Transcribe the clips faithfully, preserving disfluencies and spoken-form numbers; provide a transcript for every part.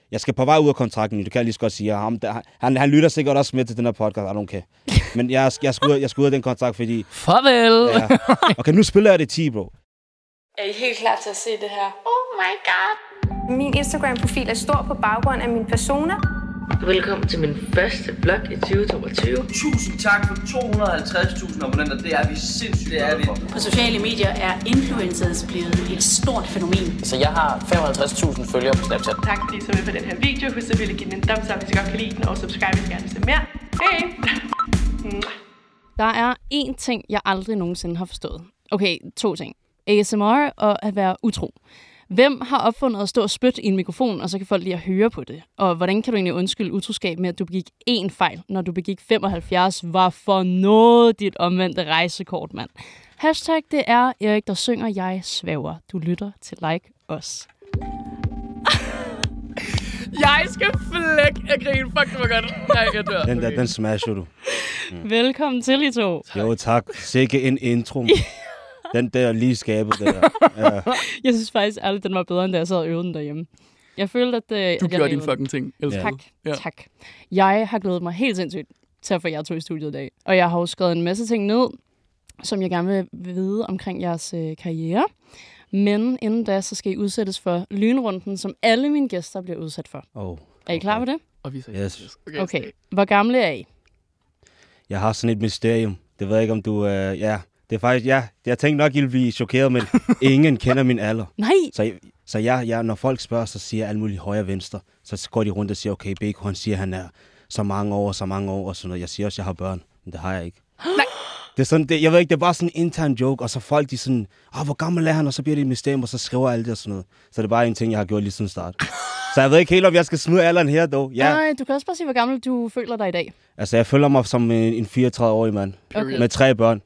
Jeg skal på vej ud af kontrakten, det kan jeg lige så godt sige. Ham, der, han, han lytter sikkert også med til den her podcast, I don't care. Men jeg, jeg, skal ud, jeg skal ud af den kontrakt, fordi... Farvel! Ja. Okay, nu spiller jeg det ti, bro. Er I helt klar til at se det her? Oh my god! Min Instagram-profil er stor på baggrund af min persona. Velkommen til min første vlog i tyve toogtyve. Tusind tak for to hundrede og halvtreds tusind abonnenter. Det er vi sindssygt det er vi. På sociale medier er influencers blevet et stort fænomen. Så jeg har femoghalvtreds tusind følgere på Snapchat. Tak fordi I så med på den her video. Husk selvfølgelig at give den en thumbs up, hvis I godt kan lide den. Og subscribe, hvis I gerne vil se mere. Hej! Der er én ting, jeg aldrig nogensinde har forstået. Okay, to ting. A S M R og at være utro. Hvem har opfundet at stå og spytte i en mikrofon, og så kan folk lige at høre på det? Og hvordan kan du egentlig undskylde utroskab med, at du begik én fejl, når du begik femoghalvfjerds? Var for noget dit omvendte rejsekort, mand. Hashtag det er Erik, der synger, jeg svæver. Du lytter til Like Os. Jeg skal flække af grin. Fuck, det var godt. Nej, jeg dør. Den der, den smasher du. Mm. Velkommen til, I to. Jo, tak. Sikke en intro. Den der lige skabet, det der. Ja. Jeg synes faktisk ærligt, den var bedre, end da jeg sad og øvede den derhjemme. Jeg følte, at... Uh, du at gjorde din fucking ting. Ja. Tak, ja. tak. Jeg har glædet mig helt sindssygt til at få jer to i studiet i dag. Og jeg har jo skrevet en masse ting ned, som jeg gerne vil vide omkring jeres øh, karriere. Men inden da, så skal I udsættes for lynrunden, som alle mine gæster bliver udsat for. Oh, okay. Er I klar på det? Og vi siger yes. Okay. okay. Hvor gamle er I? Jeg har sådan et mysterium. Det ved jeg ikke, om du... Øh, ja... Det er faktisk, ja, jeg tænkte nok, I ville blive chokeret, men ingen kender min alder. Nej! Så, så jeg, jeg, når folk spørger, så siger jeg alt muligt højre og venstre. Så går de rundt og siger, okay, B K, han siger, han er så mange år, så mange år, og sådan noget. Jeg siger også, jeg har børn, men det har jeg ikke. Nej! Det er sådan, det, jeg ved ikke, det er bare sådan en intern joke, og så folk, de sådan, åh, hvor gammel er han, og så bliver det et mysterium, og så skriver alt det og sådan noget. Så det er bare en ting, jeg har gjort lige siden start. Så jeg ved ikke helt, om jeg skal smide alderen her, dog. Ja. Nej, du kan også bare sige, hvor gammel du føler dig i dag. Altså, jeg føler mig som en, en fireogtredive-årig mand. Okay. Med tre børn.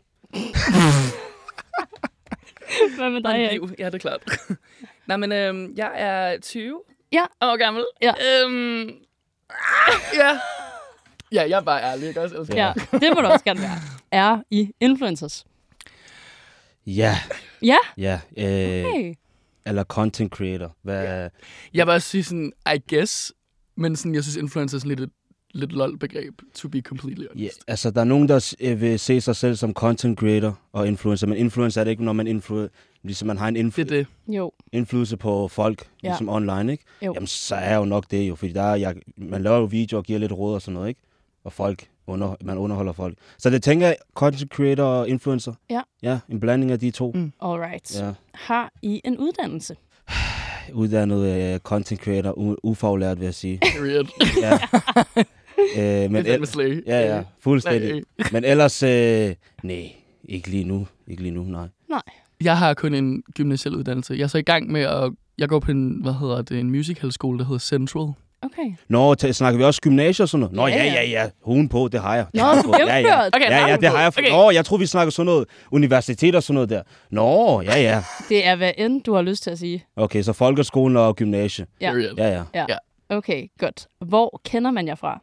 Hvad med dig, Erik? Ja, det er klart. Nej, men øhm, jeg er tyve ja. år gammel. Ja. Øhm, ja. Ja, jeg er bare ærlig, ikke også? Altså. Ja, det må du også gerne være. Er I influencers? Ja. Ja? Ja. Øh, okay. Eller content creator. Hvad? Jeg vil også sige sådan, I guess, men sådan, jeg synes influencers er lidt et lidt lol-begreb, to be completely honest. Yeah, altså, der er nogen, der vil se sig selv som content creator og influencer, men influencer er det ikke, når man influ- ligesom man har en influ- det det. Jo. influence på folk, ja. Ligesom online, ikke? Jo. Jamen, så er jo nok det jo, fordi der er, jeg, man laver jo videoer og giver lidt råd og sådan noget, ikke? Og folk, under, man underholder folk. Så det tænker jeg, content creator og influencer. Ja. Ja, en blanding af de to. Mm. Alright. Ja. Har I en uddannelse? Uddannet uh, content creator, u- ufaglært, vil jeg sige. Period. Ja. Øh, men det er el- ja, ja, fuldstændig. Men ellers, øh, nej, ikke lige nu. Ikke lige nu, nej. Nej. Jeg har kun en gymnasial uddannelse. Jeg er så i gang med at... Jeg går på en, hvad hedder det, en musicalskole, der hedder Central. Okay. Nå, t- snakker vi også gymnasier og sådan noget? Nå, ja, ja, ja. Hun på, det har jeg. Nå, du ja, ja. Okay, ja, ja, det har jeg. Okay. Nå, jeg tror, vi snakker sådan noget universitet og sådan noget der. Nå, ja, ja. Det er hvad end du har lyst til at sige. Okay, så folkeskolen og gymnasie. Ja. Ja, ja. ja. ja. Okay, godt. Hvor kender man jer fra?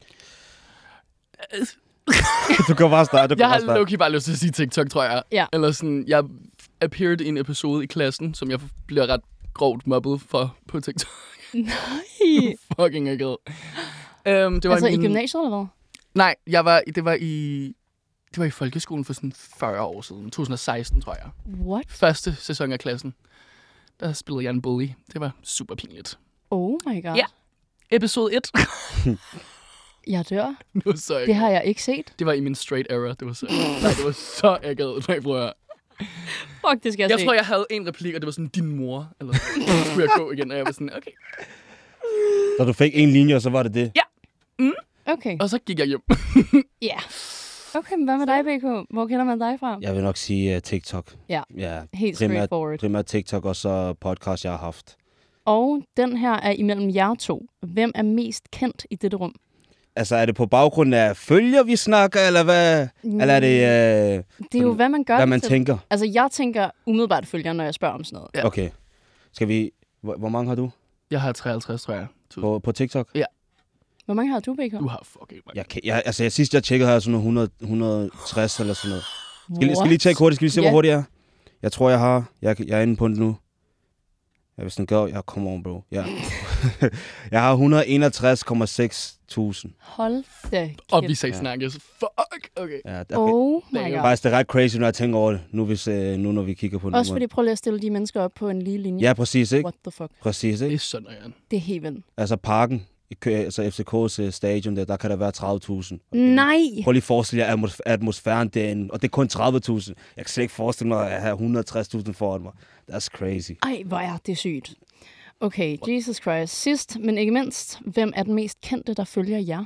Du kan bare starte. Jeg har low-key bare lyst til at sige TikTok, tror jeg. Ja. Eller sådan, jeg appeared i en episode i klassen, som jeg bliver ret grovt mobbet for på TikTok. Nej. Fucking akavet. Um, det var altså i, min... i gymnasiet, eller hvad? Nej, jeg var, det var i det var i folkeskolen for sådan fyrre år siden. to tusind og seksten, tror jeg. What? Første sæson af klassen. Der spillede jeg en bully. Det var super pinligt. Oh my god. Ja. Episode et. Jeg dør. Det var så akavet. Det har jeg ikke set. Det var i min straight era. Det var så nej, det var så akavet. Nej, bror. Fuck, det skal jeg, jeg se. tror, jeg havde en replik, og det var sådan, din mor. Eller så skulle jeg gå igen, og jeg var sådan, okay. Så du fik en linje, og så var det det? Ja. Mm. Okay. Og så gik jeg hjem. Ja. yeah. Okay, men hvad med dig, B K? Hvor kender man dig fra? Jeg vil nok sige uh, TikTok. Ja, ja helt primært, straightforward. Primært TikTok, og så podcast, jeg har haft. Og den her er imellem jer to. Hvem er mest kendt i dette rum? Altså, er det på baggrund af følger, vi snakker, eller hvad? Mm. Eller er det... Øh, det er jo, hvad man gør Hvad man til. tænker. Altså, jeg tænker umiddelbart følger, når jeg spørger om sådan noget. Ja. Okay. Skal vi... Hvor, hvor mange har du? Jeg har treoghalvtreds, tror jeg. På, på TikTok? Ja. Hvor mange har du, B K? Du har fucking mange. Jeg, jeg, altså, jeg, sidst jeg tjekkede, har jeg sådan hundrede, et hundrede og tres eller sådan noget. Skal, skal lige tjekke hurtigt? Skal vi se, yeah. hvor hurtigt jeg er? Jeg tror, jeg har... Jeg, jeg er inde på den nu. Ja, hvis den gør, jeg kommer on, bro. Ja. Jeg har et hundrede og enogtres komma seks tusind. Hold da kæft. Og vi sagde snakkes. Fuck, okay. Ja, okay. Oh my god. Faktisk, det er ret crazy, når jeg tænker over det, nu, hvis, øh, nu når vi kigger på det. Også fordi, prøv lige at stille de mennesker op på en lige linje. Ja, præcis, ikke? What the fuck? Præcis, ikke? Det er sådan, ja. Det er helt vildt. Altså parken, i Kø- altså F C K's stadion, der, der kan der være tredive tusind. Nej! Prøv lige at forestille jer atmos- atmosfæren derinde, og det er kun tredive tusind. Jeg kan slet ikke forestille mig at have et hundrede og tres tusind foran mig. That's crazy. Ej, hvor er det sygt. Okay, Jesus Christ. Sidst, men ikke mindst, hvem er den mest kendte, der følger jer?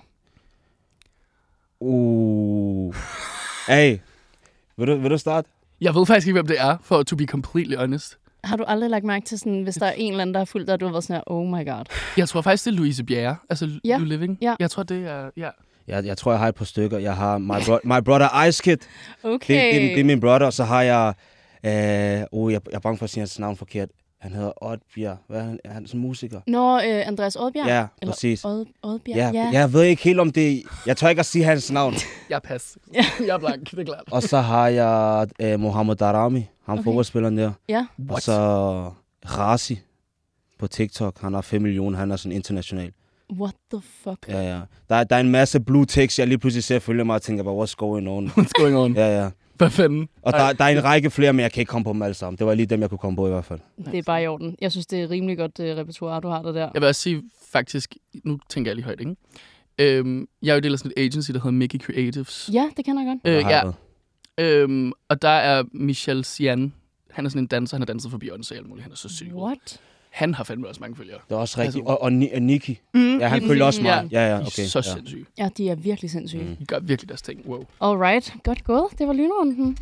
Uh. Hey, vil du, vil du starte? Jeg ved faktisk ikke, hvem det er, for to be completely honest. Har du aldrig lagt mærke til, sådan, hvis der er en eller anden, der har fulgt dig, du har været sådan her, oh my god. Jeg tror faktisk, det er Louise Bjerre. Altså, Ja. You Living. Ja. Jeg tror, det er... Ja. Jeg, jeg tror, jeg har et par stykker. Jeg har My, bro- my Brother Ice Kid. Okay. Det, det, det er min brother. Og så har jeg... Øh, oh, jeg, jeg er bange for at sige hans navn forkert. Han hedder Oddbjerg. Hvad er han? Er han sådan musiker? Nå, øh, Andreas Oddbjerg? Ja, Eller præcis. Odd, Oddbjerg? Ja, ja. jeg ved ikke helt om det... Jeg tør ikke at sige hans navn. Jeg pas. Jeg er blank, det er klart. Og så har jeg øh, Mohamed Darami. Ham Okay. okay. fodboldspilleren der. Ja. Og så Razi på TikTok. Han har fem millioner. Han er sådan international. What the fuck? Ja, ja. Der, der er en masse blue ticks, jeg lige pludselig ser følger mig og tænker bare, what's going on? What's going on? Ja, ja. Hvad fanden? Og der, der er en række flere, men jeg kan ikke komme på dem alle sammen. Det var lige dem, jeg kunne komme på i hvert fald. Det er bare i orden. Jeg synes, det er rimelig godt uh, repertoire, du har der der. Jeg vil også sige, faktisk, nu tænker jeg lige højt, ikke? Øhm, jeg er jo del af sådan et agency, der hedder Mickey Creatives. Ja, det kan jeg godt. Øh, Har ja. jeg Øhm, og der er Michel Sian. Han er sådan en danser, han har danset for Beyoncé og alt muligt. Han er så syg. What? Han har fandme også mange følgere. Det er også rigtigt. Altså- Og, og, Ni- og Nicki. Mm, Ja, han følger også meget. Ja, ja, De er okay. så ja. sindssyge. Ja, de er virkelig sindssyge. Mm. De gør virkelig deres ting. Wow. Alright, godt gået. Det var lynrunden.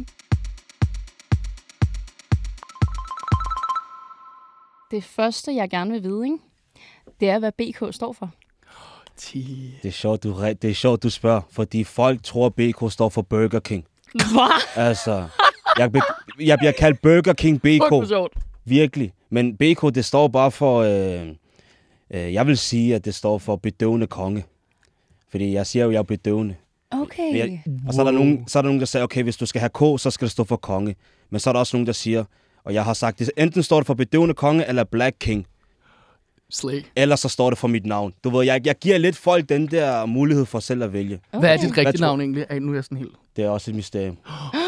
Det første, jeg gerne vil vide, ikke? Det er, hvad B K står for. Ti. Det er sjovt, du, re- det er sjovt, du spørger. Fordi folk tror, B K står for Burger King. Hvad? Altså, jeg, be- jeg bliver kaldt Burger King B Fuck, hvor K. sjovt. Virkelig. Men B K, det står bare for... Øh, øh, jeg vil sige, at det står for bedøvende konge. Fordi jeg siger jo, at jeg er bedøvende. Okay. Jeg, og så er, der nogen, så er der nogen, der siger, okay, hvis du skal have K, så skal det stå for konge. Men så er der også nogen, der siger, og jeg har sagt det, enten står det for bedøvende konge eller Black King. Slay. Eller så står det for mit navn. Du ved, jeg, jeg giver lidt folk den der mulighed for selv at vælge. Okay. Hvad er dit Hvad rigtige tror- navn egentlig? Ej, nu er jeg sådan helt... Det er også et mysterium.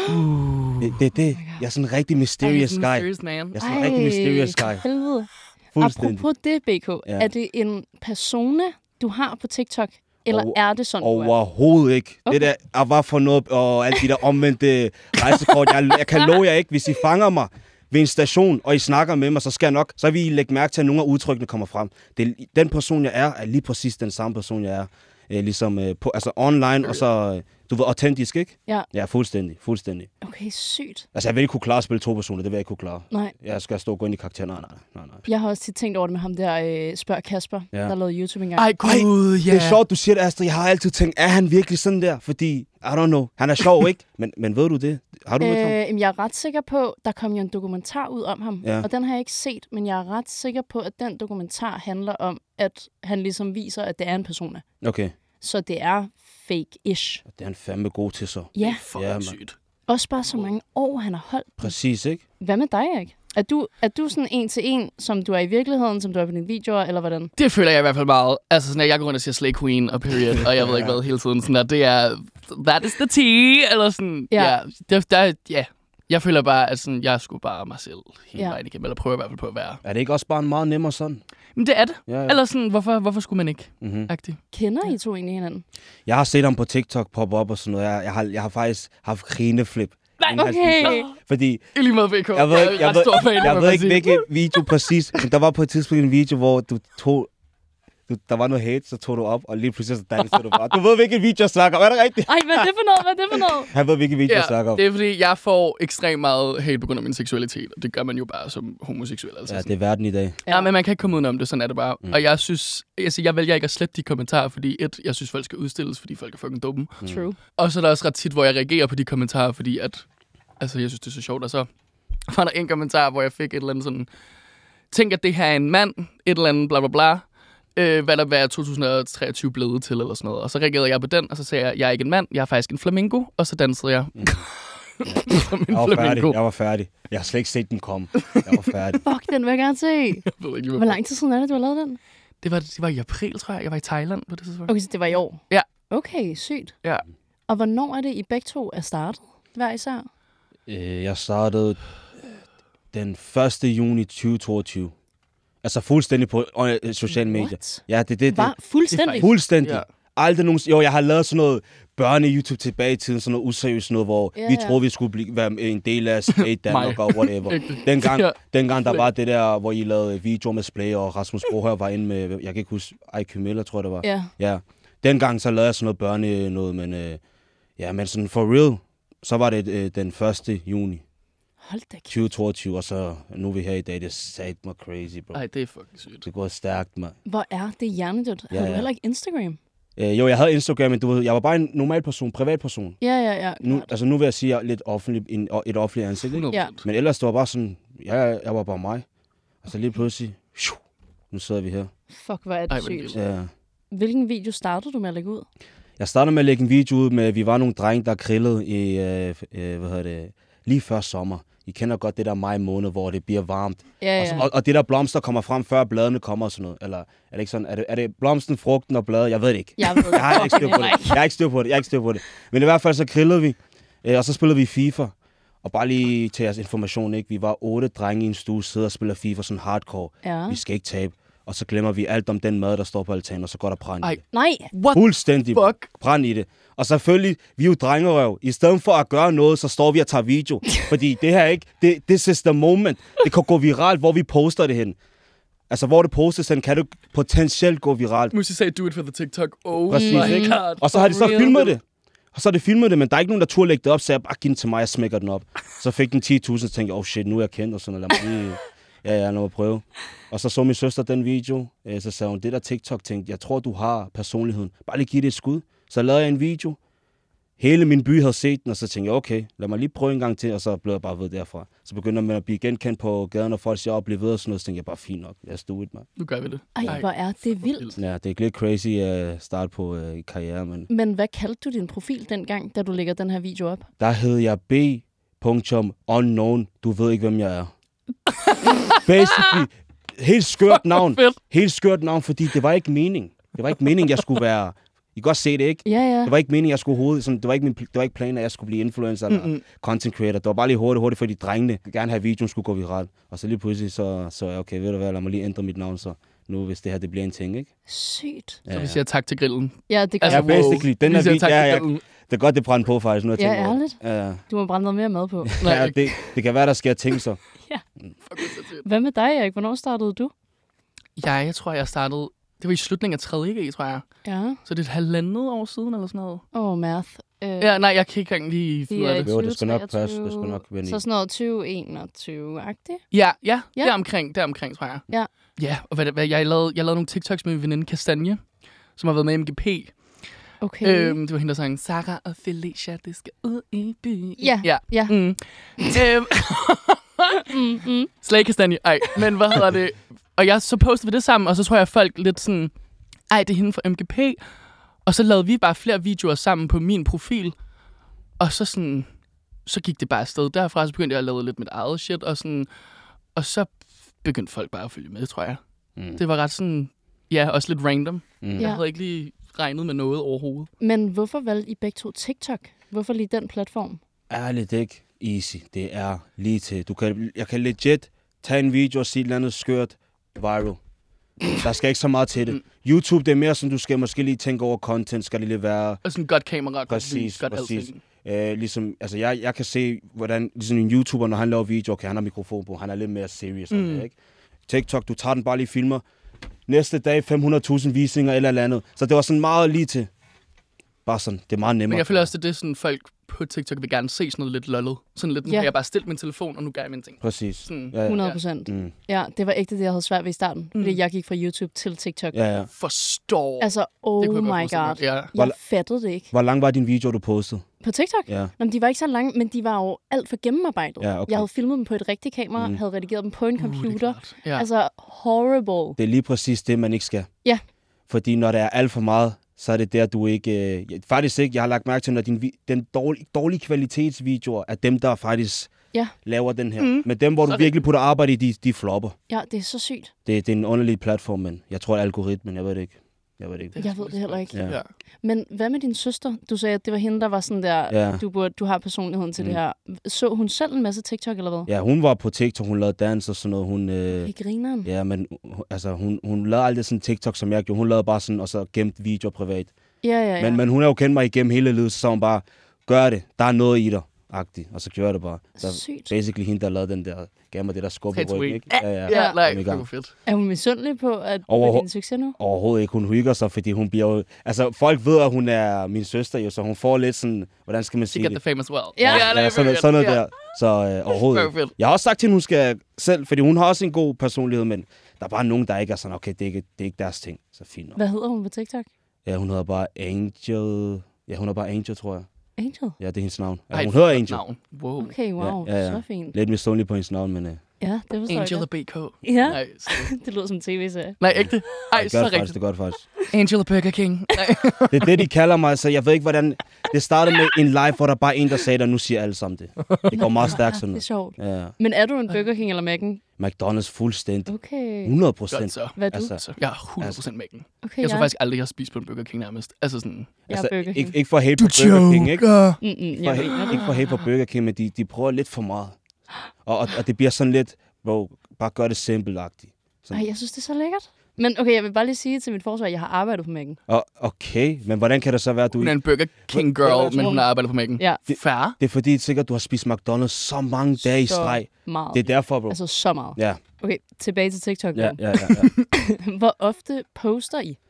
Det, det, det. Jeg er sådan en rigtig mysterious guy. Jeg Mysterious man. er sådan en rigtig mysterious guy. helvede. Fuldstændig. Apropos det, B K. Ja. Er det en persona, du har på TikTok? Eller Over- er det sådan, du er? Overhovedet ikke. Okay. Det der, og hvad for noget, og alle de der omvendte rejsekort. Jeg, jeg kan love jer ikke, hvis I fanger mig ved en station, og I snakker med mig, så skal jeg nok, så vil I lægge mærke til, at nogle af udtrykkene kommer frem. Det, den person, jeg er, er lige præcis den samme person, jeg er. Øh, ligesom øh, på, altså online, og så, øh, du ved, autentisk, ikke? Ja. Ja, fuldstændig, fuldstændig. Okay, sygt. Altså, jeg vil ikke kunne klare at spille to personer, det vil jeg ikke kunne klare. Nej. Jeg skal stå og gå ind i karakter. Nej, nej, nej, nej. Jeg har også tit tænkt over det med ham der, øh, Spørg Kasper, Ja. der lavede YouTube engang. Ej, gud, ja. Det er sjovt, du siger det, Astrid. Jeg har altid tænkt, er han virkelig sådan der? Fordi, I don't know, han er sjov, ikke? Men, men ved du det? Har du øh, Øh, ham? jamen, jeg er ret sikker på, der kom jo en dokumentar ud om ham, Ja. og den har jeg ikke set, men jeg er ret sikker på, at den dokumentar handler om, at han ligesom viser, at det er en persona. Okay. Så det er fake-ish. Det er han fandme god til så. Ja, Fuck, Ja, mand. sygt. også bare så mange år, han har holdt. Præcis, ikke? Hvad med dig, Erik? Er du, er du sådan en til en, som du er i virkeligheden, som du er på dine videoer, eller hvordan? Det føler jeg i hvert fald meget. Altså sådan, at jeg går rundt og siger Slay Queen og period, og jeg ved ikke hvad hele tiden. Sådan, at det er, that is the tea, eller sådan. Ja. Ja, det, der, ja. Jeg føler bare, at sådan, jeg skulle bare mig selv hele Ja. vejen igennem, eller prøve i hvert fald på at være. Er det ikke også bare en meget nemmere sådan? Men det er det. Ja, ja. Eller sådan, hvorfor, hvorfor skulle man ikke? Mm-hmm. Agtigt. Kender I to egentlig hinanden? Jeg har set ham på TikTok poppe op og sådan noget. Jeg, jeg, har, jeg har faktisk haft grineflip. Nej, Okay. Fordi, I lige måde, V K. jeg ved ikke, er jeg ret ved, stor fan, jeg må ved man ikke sige. hvilken video præcis, men der var på et tidspunkt en video, hvor du tog, du, der var noget hate, så tog du op, og lige pludselig så dansede du bare. Du ved, hvilken video jeg snakker om. Er det rigtigt? Ej, hvad er det for noget? Hvad er det for noget? Han ved, hvilken video jeg snakker Ja, om. det er fordi, jeg får ekstremt meget hate på grund af min seksualitet, og det gør man jo bare som homoseksuel. Altså Ja, sådan. det er verden i dag. Ja. ja, men man kan ikke komme udenom det, sådan er det bare. Mm. Og jeg synes, altså, jeg vælger ikke at slette de kommentarer, fordi et, jeg synes, folk skal udstilles, fordi folk er fucking dumme. True. Og så er der også ret tit, hvor jeg reagerer på de kommentarer, fordi at, altså, jeg synes, det er så sjovt. Og så var der en kommentar, hvor jeg fik et eller andet sådan, tænk, at det her er en mand, et eller andet bla bla bla, øh, hvad der var to tusind og treogtyve blevet til, eller sådan noget. Og så reagerede jeg på den, og så sagde jeg, jeg er ikke en mand, jeg er faktisk en flamingo, og så dansede jeg. Mm. Jeg var færdig. Jeg var færdig. Jeg har slet ikke set den komme. Jeg var færdig. Fuck, den vil jeg gerne se. Jeg ved ikke, Hvor lang tid siden er det, du har lavet den? Det var, det var i april, tror jeg. Jeg var i Thailand på det tidspunkt. Okay, så det var i år? Ja. Okay, sygt. Ja. Og hvornår er det, I begge to er startet? Hver især? Øh, jeg startede den første juni tyve toogtyve. Altså fuldstændig på øh, sociale medier. What? Ja, det er det. Var fuldstændig? Det fuldstændig. Ja. Aldrig nogen... Jo, jeg har lavet sådan noget børne-YouTube tilbage i tiden, sådan noget useriøst noget, hvor Ja, vi ja. troede, vi skulle blive, være en del af Skate Danmark og whatever. Ægte. Dengang, Ja. dengang der var det der, hvor I lavede videoer med Splay, og Rasmus Brohøj var inde med, jeg kan ikke huske, I Q Miller, tror jeg det var. Ja. Ja. Dengang så lavede jeg sådan noget børne noget, men øh, ja, men sådan for real, så var det øh, den første juni Hold da kæft. tyve toogtyve, og så nu er vi her i dag, det er sat mig crazy, bro. Ej, det er fucking sygt. Det går stærkt, mand. Hvor er det hjernedødt? Ja, Har du ja. heller ikke Instagram? Øh, jo, jeg havde Instagram, men du ved, jeg var bare en normal person, privat person. Ja, ja, ja. Nu, klart. altså nu vil jeg sige, at jeg er lidt offentlig, en, et offentligt ansigt, ikke? hundrede Ja. procent. Men ellers, det var bare sådan, ja, jeg var bare mig. Og så lige pludselig, shoo, nu sidder vi her. Fuck, hvor er det Ej, hvor sygt. vildt. Ja. Hvilken video startede du med at lægge ud? Jeg startede med at lægge en video ud med, at vi var nogle drenge, der grillede i, øh, øh, hvad hedder det, lige før sommer. I kender godt det der maj måned, hvor det bliver varmt. Ja, Og, så, ja. og, og det der blomster kommer frem, før bladene kommer og sådan noget. Eller er det ikke sådan? Er det, er det blomsten, frugten og bladet? Jeg ved det ikke. Jeg ved Jeg har ikke styr på det. Jeg har ikke styr på det. Jeg har ikke styr på det. Men i hvert fald så grillede vi, øh, og så spillede vi FIFA. Og bare lige til jeres information, ikke? Vi var otte drenge i en stue, sidder og spiller FIFA sådan hardcore. Ja. Vi skal ikke tabe. Og så glemmer vi alt om den mad, der står på altanen, og så går der brand Ej. i det. Nej. What? Fuldstændig Fuck? brand i det. Og selvfølgelig, vi er jo drengerøv. I stedet for at gøre noget, så står vi og tager video. Fordi det her ikke, det, this is the moment. Det kan gå viralt, hvor vi poster det hen. Altså, hvor det postes hen, kan det potentielt gå viralt. Musi sagde, do it for the TikTok. Oh Præcis, my ikke? god. Og så har de så real. filmet det. Og så har de filmet det, men der er ikke nogen, der turde lægge det op, så jeg bare giv den til mig, jeg smækker den op. Så fik den ti tusind, og tænkte jeg, oh shit, nu er jeg kendt, og sådan, lad mig lige... Ja, ja, lad mig prøve. Og så så min søster den video, øh, så sagde hun, det der TikTok, tænkte, jeg tror, du har personligheden. Bare lige give det et skud. Så lavede jeg en video. Hele min by havde set den, og så tænkte jeg, okay, lad mig lige prøve en gang til, og så blev jeg bare ved derfra. Så begynder man at blive genkendt på gaden, og folk siger, og blive ved og sådan noget, så tænkte jeg, bare fint nok, lad os do it, man. Nu gør vi det. Ej, hvor er det vildt. Ja, det er lidt crazy at uh, starte på uh, karriere, men Men hvad kaldte du din profil dengang, da du lægger den her video op? der hed jeg B.unknown. Du ved ikke, hvem jeg er. Basically, helt skørt navn. fedt. Helt skørt navn, fordi det var ikke mening. Det var ikke meningen, jeg skulle være... I kan godt se det, ikke? Ja, ja. Det var ikke meningen, jeg skulle hovedet... Sådan, det, var ikke min, det var ikke planen, at jeg skulle blive influencer eller Mm-mm. content creator. Det var bare lige hurtigt, hurtigt, fordi drengene gerne have, at videoen skulle gå viralt. Og så lige pludselig, så, så er jeg, okay, ved du hvad, lad mig lige ændre mit navn, så nu, hvis det her, det bliver en ting, ikke? Sygt. Så vi siger tak til grillen. Ja, det gør Altså, Ja, jeg. basically. Den Vi her siger video, tak ja, til ja, grillen. det er godt, det brænder på, faktisk. Nu har jeg Ja, tænkt over det. ærligt. Ja, Du må brænde noget mere mad på. ja det, det kan være, der sker ting, så. Hvad med dig, Erik? Hvornår startede du? Ja, jeg tror, jeg startede... Det var i slutningen af tredje G, tror jeg. Ja. Så det er et halvandet år siden, eller sådan noget. Åh, oh, math. Øh, Ja, nej, jeg kan ikke engang lige finde ud af er det. Jo, det skal nok tyve passe. Det skal nok vende i. Så sådan noget tyve enogtyve-agtigt? Ja, ja, Ja. deromkring, deromkring, tror jeg. Ja. Ja, og hvad, hvad, jeg, lavede, jeg lavede nogle TikToks med min veninde Kastanje, som har været med i M G P. Okay. Øhm, det var hende, der sang, Sarah og Felicia, det skal ud i byen. Ja, ja. ja. Mm. øhm. mm, mm. Slag Kastanje. Ej, men hvad hedder det? Og jeg så postede vi det sammen, og så tror jeg, folk lidt sådan, ej, det er hende fra M G P. Og så lavede vi bare flere videoer sammen på min profil. Og så sådan, så gik det bare afsted derfra, så begyndte jeg at lave lidt mit eget shit, og sådan, og så begyndte folk bare at følge med, tror jeg. Mm. Det var ret sådan, ja, også lidt random. Mm. Jeg Ja. havde ikke lige regnet med noget overhovedet. Men hvorfor valgte I begge to TikTok? Hvorfor lige den platform? Ærligt ikke easy. Det er lige til. Du kan, jeg kan legit tage en video og sige et eller andet skørt viral. Der skal ikke så meget til det. YouTube, det er mere sådan, du skal måske lige tænke over content. Skal det lige være... Og sådan godt kamera, godt Præcis, lys, godt præcis. alting. Øh, ligesom, altså jeg, jeg kan se, hvordan ligesom en YouTuber, når han laver videoer, okay, han har mikrofon på, han er lidt mere serious. Mm. Det, ikke? TikTok, du tager den bare lige filmer. Næste dag fem hundrede tusind visninger eller eller andet. Så det var sådan meget lige til. Bare sådan, det er meget nemmere. Men jeg føler også, at det er sådan, folk på TikTok vil gerne se sådan noget lidt lollet. Sådan lidt, nu Ja. har jeg bare stillet min telefon, og nu gør jeg mine ting. Præcis. Sådan, Ja, ja. hundrede procent. Mm. Ja, det var ægte det, jeg havde svært ved i starten. Mm. Fordi jeg gik fra YouTube til TikTok. Ja, ja. Forstår. Altså, oh Det kunne jeg my godt forestille mig. god. Ja. Jeg Hvor- fattede det ikke. Hvor lang var din video, du postede? På TikTok? Ja. Nå, men de var ikke så lange, men de var jo alt for gennemarbejdet. Ja, okay. Jeg havde filmet dem på et rigtigt kamera, Mm. havde redigeret dem på en Uh, det er computer. klart. Ja. Altså, horrible. Det er lige præcis det, man ikke skal. Ja. Fordi når der er alt for meget, så er det der, du ikke... Øh, faktisk ikke, jeg har lagt mærke til, at din, den dårlige, dårlige kvalitetsvideoer er dem, der faktisk ja. laver den her. Mm. Men dem, hvor du så virkelig putter arbejde i, de, de flopper. Ja, det er så sygt. Det, det er en underlig platform, men jeg tror, at algoritmen, jeg ved det ikke. Jeg ved det ikke. Jeg ved det heller ikke. Ja. Ja. Men hvad med din søster? Du sagde, at det var hende, der var sådan der, ja. du, burde, du har personligheden til mm. det her. Så hun selv en masse TikTok, eller hvad? Ja, hun var på TikTok, hun lavede dans og sådan noget. Hun, øh, I grineren? Ja, men altså, hun, hun lavede aldrig sådan TikTok, som jeg gjorde. Hun lavede bare sådan, og så gemt videoer privat. Ja, ja, ja. Men, men hun har jo kendt mig igennem hele livet, så hun bare, gør det, der er noget i dig. Agtig, og så gjorde jeg det bare. Så sygt. Basically hende, der lavede den der, gav mig det der skub i ryggen, ikke? Ja, ja, ja. ja like, det var fedt. Er hun misundelig på, at Overho- på din succes nu? Overhovedet ikke. Hun hygger sig, fordi hun bliver jo... Altså, folk ved, at hun er min søster, jo, så hun får lidt sådan... Hvordan skal man sige det? det? The famous well. Ja, ja, ja sådan, sådan noget ja. der. Så øh, overhovedet ikke. Jeg har også sagt til hende, hun skal selv, fordi hun har også en god personlighed, men der er bare nogen, der ikke er sådan, okay, det er ikke, det er ikke deres ting. Så fint nok. Hvad hedder hun på TikTok? Ja, hun hedder bare Angel... Ja, hun er bare Angel, tror jeg. Angel? Ja, det er hendes navn. Ja, Ej, hun hedder Angel. Navn. Wow. Okay, wow. Ja, ja, ja. Så fint. Lidt misundelig på hendes navn, men... Uh... Ja, det forstår Angel jeg. og B K. Ja, Nej, det lyder som en tv-serie. Nej, ægte. Ej, det så godt, rigtigt. Det er godt faktisk. Angel og Burger King. Det er det, de kalder mig, så jeg ved ikke, hvordan... Det startede med en live, hvor der bare en, der sagde det, nu siger alle sammen det. Det går meget stærkt sådan noget. Det er sjovt. Ja. Men er du en Burger King eller Mac'en? McDonald's fuldstændig. Okay. hundrede procent. Hvad er du? Altså, jeg er hundrede procent Mac'en. Okay, jeg tror ja. faktisk aldrig, jeg har spist på en Burger King nærmest. Altså sådan... Altså, Burger King. Ikke, ikke for hate på Burger King, ikke? Mm-mm, ikke, for hate, ikke for hate på Burger King, men de, de prøver lidt for meget. Og, og, og det bliver sådan lidt, hvor bare gør det simpelt-agtigt. Ej, jeg synes, det er så lækkert. Men okay, jeg vil bare lige sige til mit forsvar, at jeg har arbejdet på Mac'en. Og, okay, men hvordan kan det så være, at du... Hun er en Burger King girl, men hun har arbejdet på Mac'en. Ja. Det, Fair. Det er fordi, sikkert, du har spist McDonald's så mange dage i streg. Meget. Det er derfor, bro. Altså så meget. Ja. Okay, tilbage til TikTok. Ja, ja, ja, ja. Hvor ofte poster I?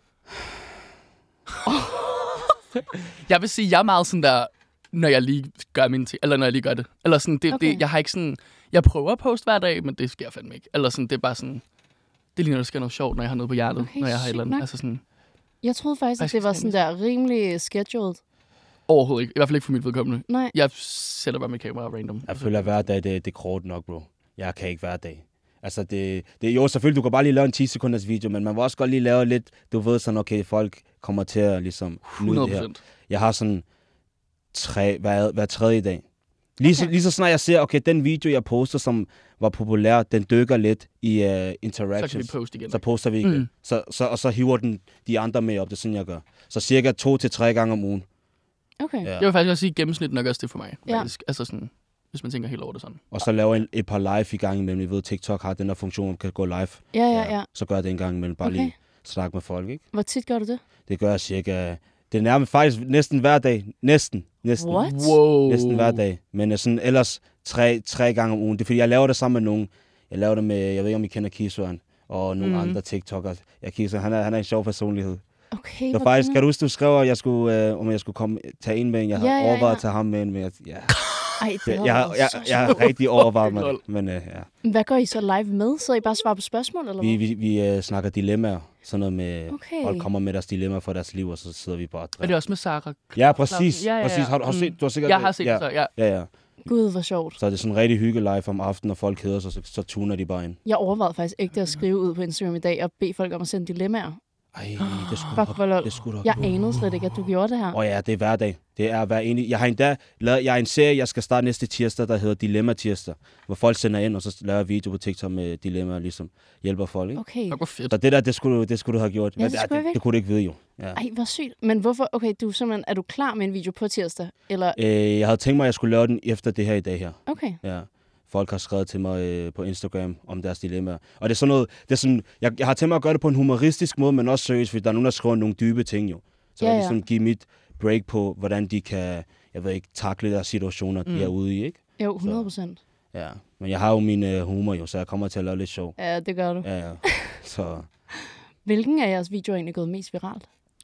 Jeg vil sige, jeg er meget sådan der, når jeg lige gør min ting, eller når jeg lige gør det. Eller sådan, det, okay. det, jeg har ikke sådan... Jeg prøver at poste hver dag, men det sker fandme ikke. Eller sådan, det er bare sådan... Det ligner, der sker noget sjovt, når jeg har noget på hjertet. Okay, når jeg har et eller andet. Altså sådan... Jeg troede faktisk, at det var sådan der rimelig scheduled. Overhovedet ikke. I hvert fald ikke for mit vedkommende. Nej. Jeg sætter bare mit kamera random. Jeg føler, at hver dag, det, det er kort nok, bro. Jeg kan ikke hver dag. Altså, det, det jo selvfølgelig, du kan bare lige lave en ti sekunders video, men man vil også godt lige lave lidt, du ved sådan, okay, folk kommer til at ligesom... hundrede procent. Jeg har sådan tre, hver, hver tredje dag. Lige, okay. så, lige så snart jeg ser, okay, den video, jeg poster, som var populær, den dykker lidt i uh, interactions. Så kan vi poste igen. Så poster vi igen. Mm. Så, så, og så hiver den de andre med op, det er sådan, jeg gør. Så cirka to til tre gange om ugen. Okay. Ja. Jeg vil faktisk også sige, gennemsnit nok også det for mig. Ja. Faktisk. Altså sådan, hvis man tænker helt over det sådan. Og så laver jeg et par live i gang imellem. Jeg ved, TikTok har den der funktion, man kan gå live. Ja, ja, ja. Så gør jeg det en gang imellem. Bare okay. lige snakke med folk, ikke? Hvor tit gør du det? Det gør jeg cirka... Det er nærmest faktisk næsten hver dag. Næsten. Næsten. What? Wow. Næsten hver dag. Men sådan ellers tre, tre gange om ugen. Det er fordi, jeg laver det sammen med nogen. Jeg laver det med, jeg ved ikke, om I kender Kisøren. Og nogle mm. andre TikTokere. Jeg Kisøren, han er, han er en sjov personlighed. Okay, så faktisk, kan du huske, du skrev, at jeg skulle, øh, om jeg skulle komme, tage en med. Jeg har ja, ja, overvejet ja. at tage ham med. Men jeg, ja. Ej, det jeg, jeg, har, jeg, jeg, jeg har rigtig overvejet mig. Men, øh, ja. Hvad går I så live med? Så I bare svarer på spørgsmål, eller Vi, hvad? vi, vi øh, snakker dilemmaer. Sådan noget med, okay. folk kommer med deres dilemmaer for deres liv, og så sidder vi bare og drikker. Er det også med Sarah? Ja, præcis. Ja, ja, ja. præcis. Har, har set, du har sikkert... Jeg har set ja, det, så ja. Ja, ja. Gud, hvor sjovt. Så er det sådan en rigtig hygge live om aftenen, når folk keder sig, så, så tuner de bare ind. Jeg overvejede faktisk ikke at skrive ud på Instagram i dag og bede folk om at sende dilemmaer. Ej, det skulle Fuck, hvor det skulle Jeg anede slet ikke, at du gjorde det her. Åh oh, ja, det er hver dag. Det er hver enig. Jeg har endda lavet, jeg har en serie, jeg skal starte næste tirsdag, der hedder Dilemma Tirsdag, hvor folk sender ind, og så laver jeg video på TikTok med dilemmaer, ligesom hjælper folk, ikke? Okay. Hvor fedt. Så det der, det skulle, det skulle du have gjort. Ja, det, det, det, det kunne du ikke vide, jo. Ja. Ej, hvor sygt. Men hvorfor? Okay, du simpelthen, er du klar med en video på tirsdag? Eller? Øh, jeg havde tænkt mig, at jeg skulle lave den efter det her i dag her. Okay. Ja. Folk har skrevet til mig øh, på Instagram om deres dilemmaer. Og det er sådan noget, det er sådan, jeg, jeg har tænkt mig at gøre det på en humoristisk måde, men også seriøst, fordi der er nogen, der skriver nogle dybe ting jo. Så ja, jeg ja. ligesom give mit break på, hvordan de kan, jeg ved ikke, takle deres situationer, mm. de er ude i, ikke? Jo, hundrede procent. Ja, men jeg har jo min øh, humor jo, så jeg kommer til at lave lidt sjov. Ja, det gør du. Ja, ja. Så... Hvilken af jeres videoer er egentlig gået mest viralt?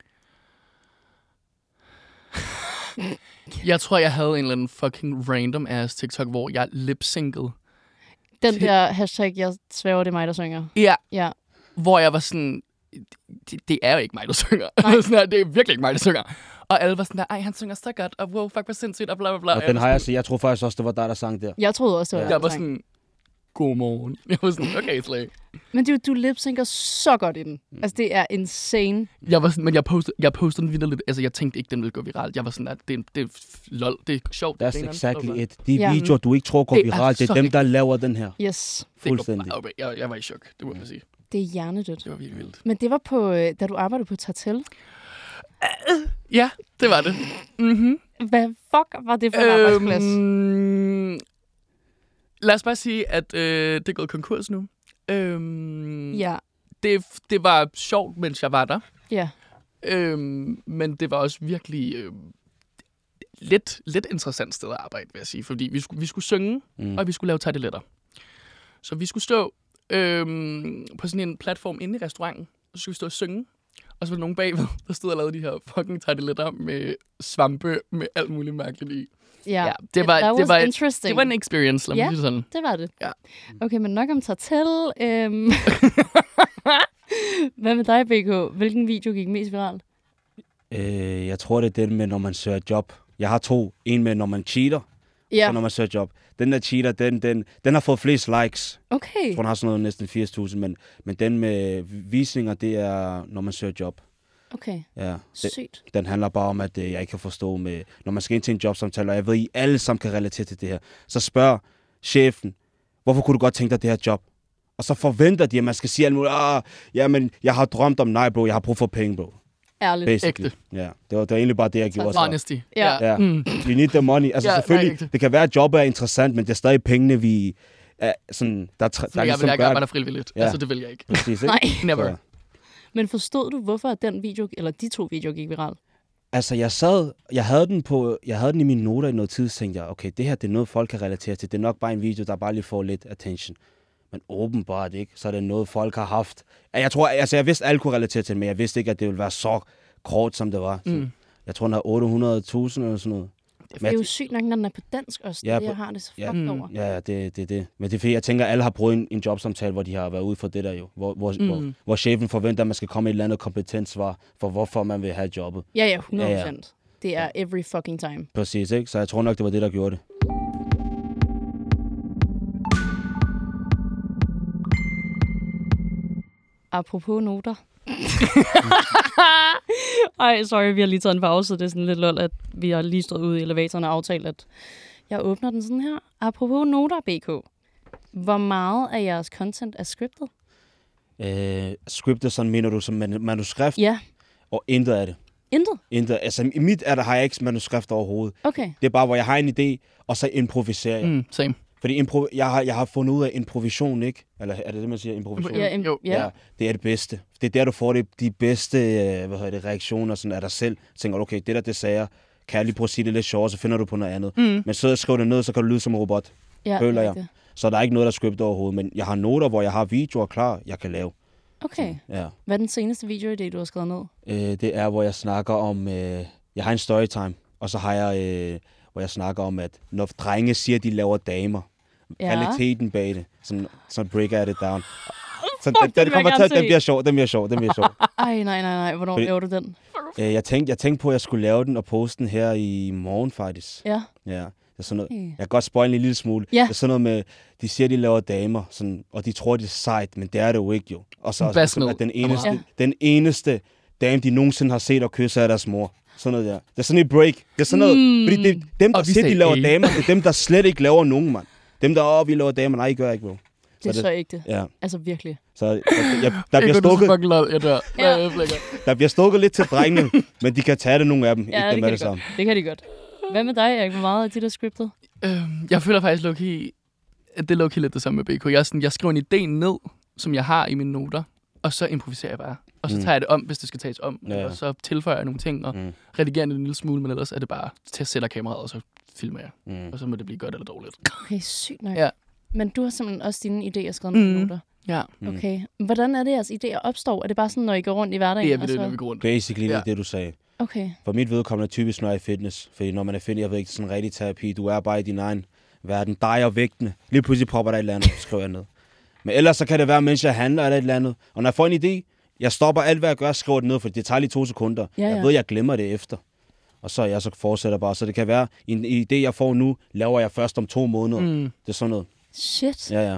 Jeg tror, jeg havde en eller anden fucking random ass TikTok, hvor jeg lip-synkede. Den der hashtag, jeg svæver, det er mig, der synger. Ja. Ja. Hvor jeg var sådan, det, det er jo ikke mig, der synger. sådan her, det er virkelig ikke mig, der synger. Og alle var sådan der, ej, han synger så godt, og wow, fuck, hvor sindssygt, og bla bla bla. Og den har jeg set. Jeg tror faktisk også, det var dig, der sang der. Jeg troede også, det var ja. Jeg var sådan, godmorgen. Jeg var sådan, okay, slag. Men du, du lip-synker så godt i den. Altså, det er insane. Jeg var sådan, men jeg postede, jeg postede den videre lidt. Altså, jeg tænkte ikke, den ville gå viralt. Jeg var sådan, at det, det er lol, det er sjovt. That's det er exactly okay. it. De Ja. videoer, du ikke tror går Det er viralt, det så er dem, der rigtigt. laver den her. Yes. Fuldstændig. Okay, jeg, jeg var i chok, det må jeg sige. Det er hjernedødt. Det var virkelig vildt. Men det var på, øh, da du arbejdede på Tartel. Ja, det var det. Mm-hmm. Hvad fuck var det for en arbejdsplads? Øhm, lad os bare sige, at øh, det er gået konkurs nu. Øhm, Ja. det, det var sjovt, mens jeg var der. Ja. Øhm, men det var også virkelig øh, lidt, lidt interessant sted at arbejde, vil jeg sige. Fordi vi skulle, vi skulle synge, mm. og vi skulle lave tarteletter. Så vi skulle stå øhm, på sådan en platform inde i restauranten, og så skulle vi stå og synge. Og så var der nogen bagved, der stod og lavede de her fucking tarteletter med svampe, med alt muligt mærkeligt i. Ja, Ja, det var, That det, var, interesting. det var en experience, lad mig Ja. sige sådan. Det var det. Ja. Okay, men nok om Tartel. Øhm. Hvad med dig, B K? Hvilken video gik mest viralt? Øh, jeg tror, det er den med, når man søger job. Jeg har to. En med, når man cheater, Ja. og når man søger job. Den der cheater, den, den, den har fået flest likes. Okay. Jeg tror, den har sådan noget næsten firs tusind, men, men den med visninger, det er, når man søger job. Okay. Ja, det, Sygt. den handler bare om, at øh, jeg ikke kan forstå med, når man skal ind til en jobsamtale, og jeg ved, I alle sammen kan relatere til det her. Så spørg chefen, hvorfor kunne du godt tænke dig det her job? Og så forventer de, at man skal sige alt muligt. Ah, jamen, jeg har drømt om, nej bro, jeg har brug for penge, bro. Ærligt. Basically. Ægte. Ja, det var, det var egentlig bare det, jeg gjorde. Så. Honesty. Ja. Ja, Mm. you need the money. Altså Ja, nej, selvfølgelig, ægte. det kan være, at jobbet er interessant, men det er stadig pengene, vi er sådan, der, der, der jeg ligesom vil ikke gør arbejde frivilligt. Ja. Ja. Altså, det vil jeg ikke. Præcis, ikke? Nej. Never. Så, Men forstod du, hvorfor den video, eller de to videoer gik viralt? altså, jeg sad, jeg havde den på, jeg havde den i mine noter i noget tid, så tænkte jeg, okay, det her, det er noget, folk kan relatere til. Det er nok bare en video, der bare lige får lidt attention. Men åbenbart ikke, så er det noget, folk har haft. Jeg tror, altså, jeg vidste, alle kunne relatere til det, men jeg vidste ikke, at det ville være så kort, som det var. Så Mm. jeg tror, den har otte hundrede tusind eller sådan noget. Det er jo sygt nok, når den er på dansk også. Ja, Ja, på- jeg har det så ja. fucked Mm. over. Ja, ja, det, det er det. Men det er fordi, jeg tænker, at alle har prøvet en, en jobsamtale, hvor de har været ude for det der jo. Hvor, hvor, Mm. hvor, hvor chefen forventer, at man skal komme med et eller andet kompetent svar for, hvorfor man vil have jobbet. Ja, ja, hundrede Ja, ja. procent. Det er every fucking time. Præcis, ikke? Så jeg tror nok, det var det, der gjorde det. Apropos noter. Ej, sorry, vi har lige taget en pause. Det er sådan lidt lol, at vi har lige stået ude i elevatoren og aftalt, at jeg åbner den sådan her. Apropos noter, B K. Hvor meget af jeres content er scriptet? Øh, scriptet, sådan mener du som man- manuskript, Ja, og intet af det. intet? Intet. Altså, i mit er der, har jeg ikke manuskript overhovedet. Okay. Det er bare, hvor jeg har en idé, og så improviserer jeg. Mm. Mm, same. Fordi impro- jeg, har, jeg har fundet ud af improvisation, ikke? Eller er det det, man siger? Improvisation? Ja, im- Jo. ja. Ja, det er det bedste. Det er der, du får det, de bedste øh, hvad hedder det, reaktioner sådan af dig selv. Så tænker du, okay, det der, det sagde jeg. Kan jeg lige prøve at sige det lidt sjovere, så finder du på noget andet. Mm. Men så skriver det ned, så kan du lyde som en robot. Ja, Føler det er jeg. rigtigt. Så der er ikke noget, der er scriptet overhovedet. Men jeg har noter, hvor jeg har videoer klar, jeg kan lave. Okay. Ja. Hvad er den seneste videoidé, du har skrevet ned? Øh, det er, hvor jeg snakker om... Øh, jeg har en storytime, og så har jeg... Øh, hvor jeg snakker om, at når drenge siger, at de laver damer, Ja. kvaliteten bag det, sådan, så breaker jeg det down. Så Fuck, den, den den vil jeg kommer gerne til, den se. bliver sjov, den bliver sjov, den bliver sjov. Ej, nej, nej, nej. Hvornår Fordi- laver du den? øh, jeg, tænkte, jeg tænkte på, at jeg skulle lave den og poste den her i morgen, faktisk. Ja. Ja, det er sådan noget. Okay. Jeg kan godt spoil en lille smule. Ja. Det er sådan noget med, de siger, de laver damer, sådan, og de tror, det er sejt, men det er det jo ikke, jo. Og så Bas sådan, ned. at den eneste, Ja. den eneste dame, de nogensinde har set og kysse, er deres mor. Sådan noget der. Det er sådan et break. Det er sådan noget, Mm. fordi det, dem, der Og vi siger, de sagde laver A. damer, det er dem, der slet ikke laver nogen, mand. Dem, der, åh, vi laver damer, nej, I gør ikke, bro. Det er det- så ægte. Ja, Altså virkelig. så jeg, jeg, der, Jeg bliver kunne du så stukket, fucking lol, jeg dør. Ja. Ja. Jeg flækker. der bliver stukket lidt til drengene, men de kan tage det, nogle af dem. Ja, ikke det dem kan med de det samme. godt. Det kan de godt. Hvad med dig, Erik? Hvor meget af dit er scriptet? Øhm, jeg føler faktisk low-key, at det er low-key lidt det samme med B K. Jeg, er sådan, jeg skriver en idé ned, som jeg har i mine noter, og så improviserer jeg bare. Og så Mm. tager jeg det om, hvis det skal tages om. Ja, ja. Og så tilføjer jeg nogle ting, og Mm. redigerer det en lille smule, men ellers er det bare til at sætte kameraet, og så filmer jeg. Mm. Og så må det blive godt eller dårligt. Okay, sygt nok. Ja. Men du har simpelthen også dine idéer skrevet ned i Mm. noter. Ja, Mm. Okay. Hvordan er det, jeres idéer opstår? Er det bare sådan, når I går rundt i hverdagen? det er og det, så... når vi går rundt. Basically, det er Ja. det, du sagde. Okay. For mit vedkommende er typisk, når jeg er i fitness. Fordi når man er fitness, jeg ved ikke, sådan en rigtig terapi. Du er bare i din egen verden. Dig og vægtene. Lige pludselig popper der et eller andet, så skriver jeg ned. Men ellers så kan det være, mens jeg handler eller et eller andet. Og når jeg får en idé, jeg stopper alt, hvad jeg gør, skriver det ned, for det tager lige to sekunder. Ja, ja. Jeg ved, jeg glemmer det efter. Og så jeg så fortsætter bare. Så det kan være, en idé, jeg får nu, laver jeg først om to måneder. Mm. Det er sådan noget. Shit. Ja, ja.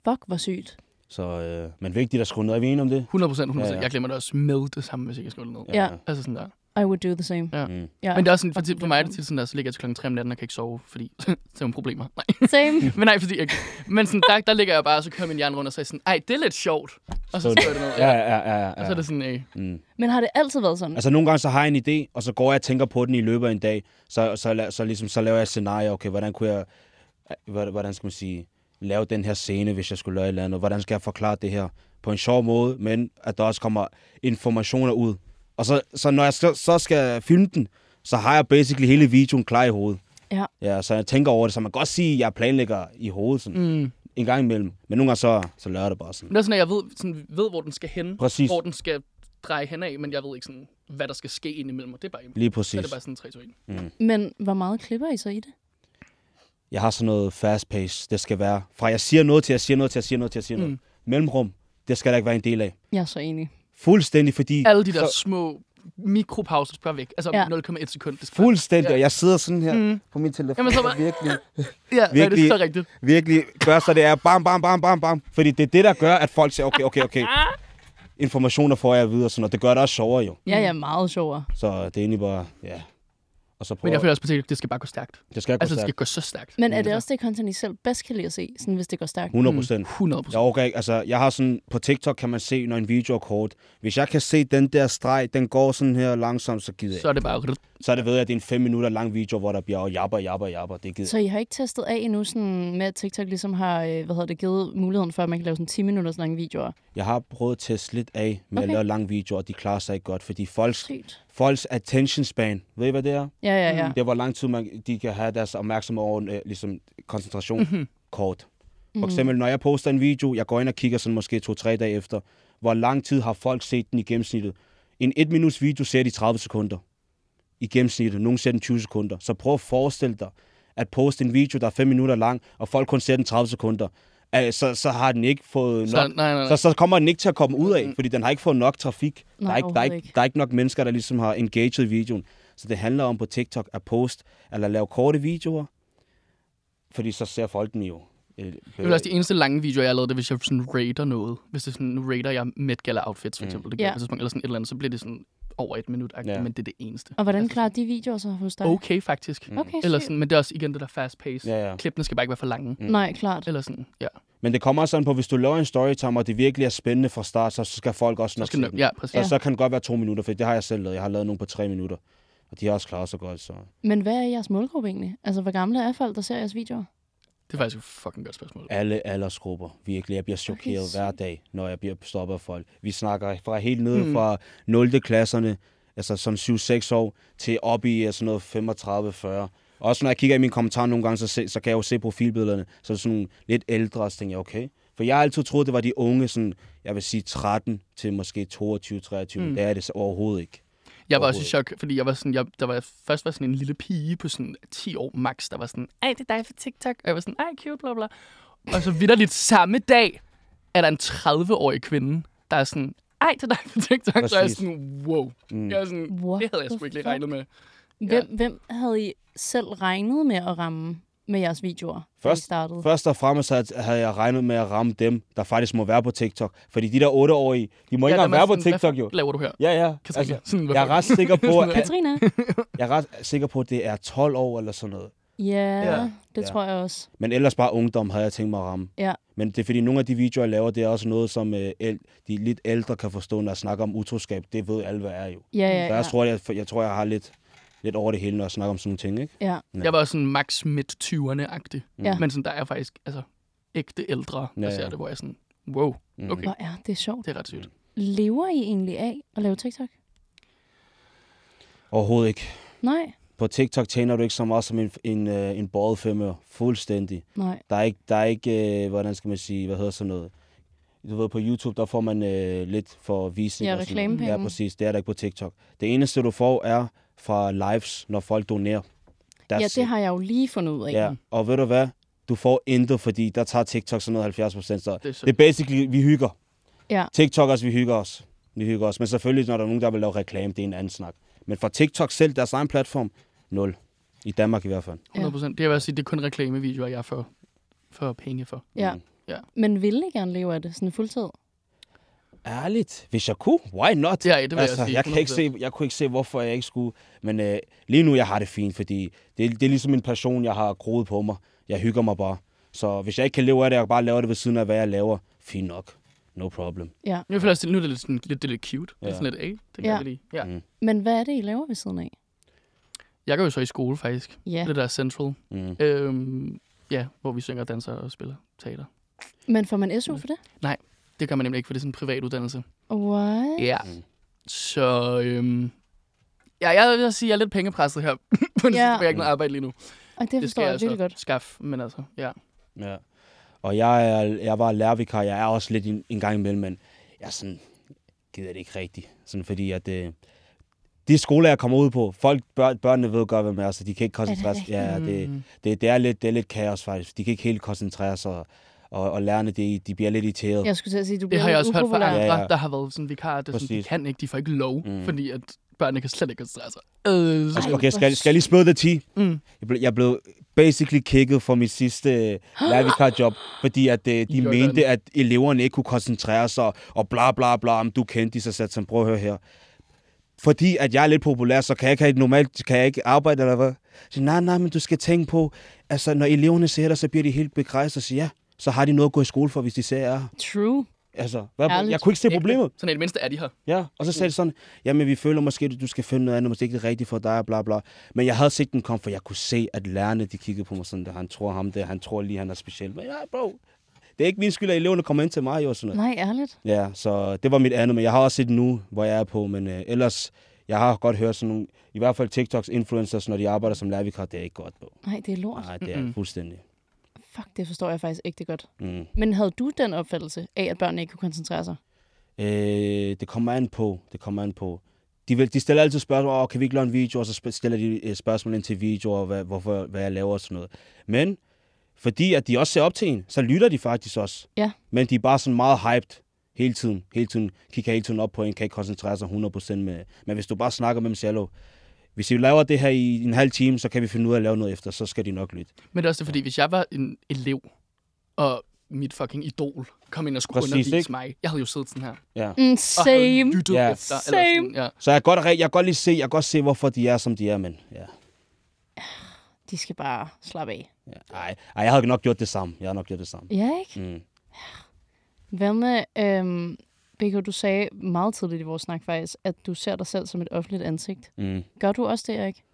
Fuck, hvor sygt. Så, øh, men vigtigt at skrive ned. Er vi enige om det? hundrede procent, hundrede procent. Ja, ja. Jeg glemmer det også med det samme, hvis jeg kan skrive det ned. Ja. Altså sådan der. I would do the same. Ja. Mm. Ja. Men det er også sådan, for, for mig er det tit sådan der, så ligger jeg til klokken tre om natten og kan ikke sove, fordi så er nogle problemer. Nej. Same. Men nej, fordi jeg, men sådan, der, der ligger jeg bare, og så kører min hjerne rundt og siger sådan, ej, det er lidt sjovt. Og så skriver jeg det ned. Ja, ja, ja, ja. Og så er det sådan, øh. Mm. Men har det altid været sådan? Altså nogle gange så har jeg en idé, og så går jeg og tænker på den i løbet af en dag. Så, så, så, så, ligesom, så laver jeg et scenarie, okay, hvordan kunne jeg, hvordan skal man sige, lave den her scene, hvis jeg skulle lave et eller andet. Hvordan skal jeg forklare det her på en sjov måde, men at der også kommer informationer ud. Og så, så når jeg så, så skal filme den, så har jeg basically hele videoen klar i hovedet. Ja. Ja, så jeg tænker over det, så man kan godt sige, at jeg planlægger i hovedet sådan, Mm. en gang imellem. Men nogle gange så, så laver jeg det bare sådan. Det er sådan, at jeg ved, sådan, ved hvor den skal hen, Præcis. hvor den skal dreje hen af, men jeg ved ikke, sådan, hvad der skal ske indimellem, og det er bare Lige præcis. Så er det bare sådan tre to et. Mm. Men hvor meget klipper I så i det? Jeg har sådan noget fast pace, det skal være. Fra jeg siger noget til, jeg siger noget til, jeg siger noget til, jeg siger Mm. noget. Mellemrum, det skal der ikke være en del af. Jeg er så enig. Fuldstændig, fordi... Alle de der så, små mikropauser skal være væk. Altså Ja. nul komma et sekund. Det skal fuldstændig, Ja. og jeg sidder sådan her Mm. på min telefon. Jamen, så var- og virkelig, Ja, virkelig, virkelig- det er så rigtigt. virkelig gør så det er bam, bam, bam, bam, bam. Fordi det er det, der gør, at folk siger, okay, okay, okay. Informationer får jeg videre, sådan, og det gør det også sjovere jo. Ja, ja, meget sjovere. Så det er egentlig bare, ja. Og så prøver, Men jeg føler også på TikTok, det skal bare gå stærkt. det skal gå Altså, det skal stærkt. gå så stærkt. Men er det også det content, I selv bedst kan lide at se, sådan, hvis det går stærkt? hundrede procent. hundrede procent. Jeg overgår ikke, altså, jeg har sådan, på TikTok kan man se, når en video er kort. Hvis jeg kan se den der streg, den går sådan her langsomt, så gider jeg. Så er det bare... Så er det ved jeg, at det er en fem minutter lang video, hvor der bliver jabber, jabber, jabber. Det gider Så I har ikke testet af endnu, sådan, med at TikTok ligesom har øh, hvad hedder det, givet muligheden for, at man kan lave sådan ti minutters lange videoer? Jeg har prøvet at teste lidt af med okay. Okay. at lave lange videoer, og de klarer sig ikke godt, fordi folks, Sygt. folks attention span, ved I, hvad det er? Ja, ja, ja. Det er, hvor lang tid man, de kan have deres opmærksomhed over, øh, ligesom koncentration mm-hmm. kort. For eksempel, når jeg poster en video, jeg går ind og kigger sådan måske to-tre dage efter, hvor lang tid har folk set den i gennemsnittet. En et minuts video ser de tredive sekunder i gennemsnittet. Nogle ser den tyve sekunder. Så prøv at forestille dig, at poste en video, der er fem minutter lang, og folk kun ser den tredive sekunder. Så, så har den ikke fået nok. Så, nej, nej, nej. Så, så kommer den ikke til at komme ud af, fordi den har ikke fået nok trafik. Nej, der, er ikke, der, er overhovedet ikke, ikke. der er ikke nok mennesker, der ligesom har engaged i videoen. Så det handler om på TikTok at poste, eller lave korte videoer, fordi så ser folk den jo. Øh, Det er også de eneste lange videoer, jeg har lavet, det hvis jeg sådan rater noget. Hvis det er sådan, nu rater jeg Met Gala outfits, for eksempel. Det gør Ja. jeg på et tidspunkt, eller sådan et eller andet, så bliver det sådan over et minut, Ja. men det er det eneste. Og hvordan Altså klarer de videoer så hos dig? Okay, faktisk. Okay, Eller sygt. sådan, men det er også igen det der fast pace. Ja, ja. Klippene skal bare ikke være for lange. Mm. Nej, klart. Eller sådan, ja. Men det kommer også sådan på, hvis du laver en storytime, og det virkelig er spændende fra start, så skal folk også Så nok skal se nok, den. ja, præcis. Så, så kan det godt være to minutter, for det har jeg selv lavet. Jeg har lavet nogle på tre minutter, og de har også klaret sig godt. Så. Men hvad er jeres målgruppe egentlig? Altså, hvor gamle er folk, der ser jeres videoer? Det er faktisk et fucking godt spørgsmål. Alle aldersgrupper. Virkelig. Jeg bliver chokeret Okay, hver dag, når jeg bliver stoppet af folk. Vi snakker fra helt nede Mm. fra nul klasserne, altså sådan syv seks år, til op i sådan noget femogtredive fyrre. Også når jeg kigger i mine kommentarer nogle gange, så, se, så kan jeg jo se profilbillederne, så er det sådan nogle lidt ældre, og så tænker jeg, okay. For jeg har altid troet, det var de unge, sådan, jeg vil sige tretten til måske toogtyve treogtyve. Mm. Det er det så overhovedet ikke. Jeg var også i chok, fordi jeg var sådan, jeg, der var først var sådan en lille pige på sådan ti år max, der var sådan, ej, det er dig for TikTok. Og jeg var sådan, ej, cute, bla bla. Og så vitterligt samme dag, er der en tredive-årig kvinde, der er sådan, ej, det er dig for TikTok. Præcis. Så er jeg sådan, wow. Mm. Jeg er sådan, What det havde jeg the sgu ikke lige fuck? regnet med. Hvem, hvem havde I selv regnet med at ramme med jeres videoer, da I Først, startede? først og fremmest havde havde jeg regnet med at ramme dem, der faktisk må være på TikTok. Fordi de der otteårige, de må ikke engang dem er være på sådan, TikTok hvad jo. laver du her? Ja, ja. Katrine, Altså, sådan, hvad jeg er ret sikker på, at, Katrina? jeg er ret sikker på, at det er tolv år eller sådan noget. Ja, Ja. det Ja. tror jeg også. Men ellers bare ungdom havde jeg tænkt mig at ramme. Ja. Men det er fordi, nogle af de videoer, jeg laver, det er også noget, som øh, el- de lidt ældre kan forstå, når jeg snakker om utroskab. Det ved alle, hvad er jo. Ja, ja, Så ja. jeg tror, jeg, jeg tror, jeg har lidt, lidt over det hele, når jeg snakker om sådan nogle ting, ikke? ja. Jeg var sådan max midt tyverne-agtig. Ja. Men sådan, der er faktisk altså, ægte ældre, der Ja, ja. ser det, hvor jeg er sådan, wow, Mm. okay, Hvor er det sjovt. det er ret sygt. Lever I egentlig af at lave TikTok? Overhovedet ikke. Nej. På TikTok tjener du ikke så meget som en, en, øh, en båret femmer. Fuldstændig. Nej. Der er ikke, der er ikke øh, hvordan skal man sige, hvad hedder sådan noget. Du ved, på YouTube, der får man øh, lidt for visning. Ja, og sådan. reklamepenge. Ja, præcis. Det er der ikke på TikTok. Det eneste, du får, er fra lives, når folk donerer. That's Ja, it. det har jeg jo lige fundet ud af. Ja, og ved du hvad? Du får intet, fordi der tager TikTok sådan noget halvfjerds procent. Så Det er så- det er basically, vi hygger. Ja. TikTokers, vi hygger os. Vi hygger os. Men selvfølgelig, når der er nogen, der vil lave reklame, det er en anden snak. Men for TikTok selv, deres egen platform, nul. I Danmark i hvert fald. hundrede procent. Det vil jeg sige, det er kun reklamevideoer, jeg får, får penge for. Ja. Mm. Ja. Men ville I gerne leve af det, sådan fuldtid? Ærligt. Hvis jeg kunne, why not? Ja, det vil altså, jeg sige. Jeg, kan ikke se, jeg kunne ikke se, hvorfor jeg ikke skulle. Men øh, lige nu, jeg har det fint, fordi det, det er ligesom en passion, jeg har groet på mig. Jeg hygger mig bare. Så hvis jeg ikke kan leve af det, og bare lave det ved siden af, hvad jeg laver, fint nok. No problem. Ja. Jeg føler også, nu er det lidt, sådan, lidt, det er lidt cute. Ja. Det er sådan lidt, hey, det kan Ja. jeg lige. Ja. Mm. Men hvad er det, I laver ved siden af? Jeg går jo så i skole, faktisk. Ja. Det der Central. Mm. Øhm, ja, hvor vi synger, danser og spiller teater. Men får man S U for det? Nej, det gør man nemlig ikke, for det er sådan en privat uddannelse. What? Ja. Mm. Så øhm, ja, jeg vil sige, at jeg er lidt pengepresset her. På den Ja. sidste, jeg har ikke noget arbejde lige nu. Og det forstår jeg virkelig så godt. skaffe, men altså, ja. Ja. Og jeg, er, jeg var lærervikar, jeg er også lidt en, en gang imellem, men jeg er sådan, gider det ikke rigtigt. Sådan fordi, at det, de skoler, jeg kommer ud på, folk, børn, børnene ved godt, hvad man er, så de kan ikke koncentrere sig. Ja, det, det, det, er lidt, det er lidt kaos faktisk. De kan ikke helt koncentrere sig, og, og lærerne, de, de bliver lidt irriteret. Jeg skulle til at sige, du Det bliver har jeg lidt også hørt fra upopulær. andre, Ja, ja. der har været sådan vikarer, der sådan, de Præcis. kan ikke, de får ikke lov, Mm. fordi at børnene kan slet ikke koncentrere sig. Øh, så- Okay, okay skal, skal jeg lige spille the tea? Mm. Jeg blev, jeg blev basically kicket for mit sidste øh, lærervikar-job, fordi at, øh, de Jordan. mente, at eleverne ikke kunne koncentrere sig, og bla bla bla, om du kendte de, så satte sådan, prøv at høre her. Fordi at jeg er lidt populær, så kan jeg ikke have et normalt, kan jeg ikke arbejde, eller hvad? Så nej, nej, men du skal tænke på, altså når eleverne ser dig, så bliver de helt begejstrede og siger, ja, så har de noget at gå i skole for, hvis de ser jer. True. Altså, hvad, Ærligt. jeg kunne ikke se problemet. Sådan i det mindste er de her. Ja, og så sagde de sådan, jamen vi føler måske, at du skal finde noget andet, måske ikke det rigtige for dig, bla bla. Men jeg havde set den komme, for jeg kunne se, at lærerne, de kiggede på mig sådan, der han tror ham det, han tror lige, han er speciel. Men ja, bro, det er ikke min skyld, at eleverne kommer ind til mig og sådan noget. Nej, ærligt. Ja, så det var mit andet, men jeg har også set nu, hvor jeg er på, men øh, ellers, jeg har godt hørt sådan nogle, i hvert fald TikToks influencers, når de arbejder som lærervikar, det er ikke godt på. Nej, det er lort. Nej, det er Mm-mm. fuldstændig. Fuck, det forstår jeg faktisk ikke det godt. Mm. Men havde du den opfattelse af, at børnene ikke kunne koncentrere sig? Øh, det kommer an på, det kommer an på. De, vil, de stiller altid spørgsmål, oh, kan vi ikke lave en video, og så sp- stiller de øh, spørgsmål ind til videoer, hvad, hvorfor, hvad jeg laver og sådan noget. Men fordi at de også ser op til en, så lytter de faktisk også. Ja. Men de er bare sådan meget hyped hele tiden. Hele tiden kigger hele tiden op på en, kan ikke koncentrere sig hundrede procent med. Men hvis du bare snakker med dem selv, hvis vi laver det her i en halv time, så kan vi finde ud af at lave noget efter, så skal de nok lytte. Men det er også det, fordi hvis jeg var en elev, og mit fucking idol kom ind og skulle Præcis, undervise ikke? mig, jeg havde jo siddet sådan her. Ja. Mm, Og havde same. lyttet Ja. efter. Same. Eller sådan, ja. Så jeg kan, godt, jeg kan godt lige se, jeg kan godt se, hvorfor de er, som de er, men ja. De skal bare slappe af. ja. Ej, ej, jeg havde nok gjort det samme. Jeg havde nok gjort det samme. Ja, ikke? Mm. Hvad med, øhm, Beko, du sagde meget tidligt i vores snak faktisk, at du ser dig selv som et offentligt ansigt. Mm. Gør du også det, Erik?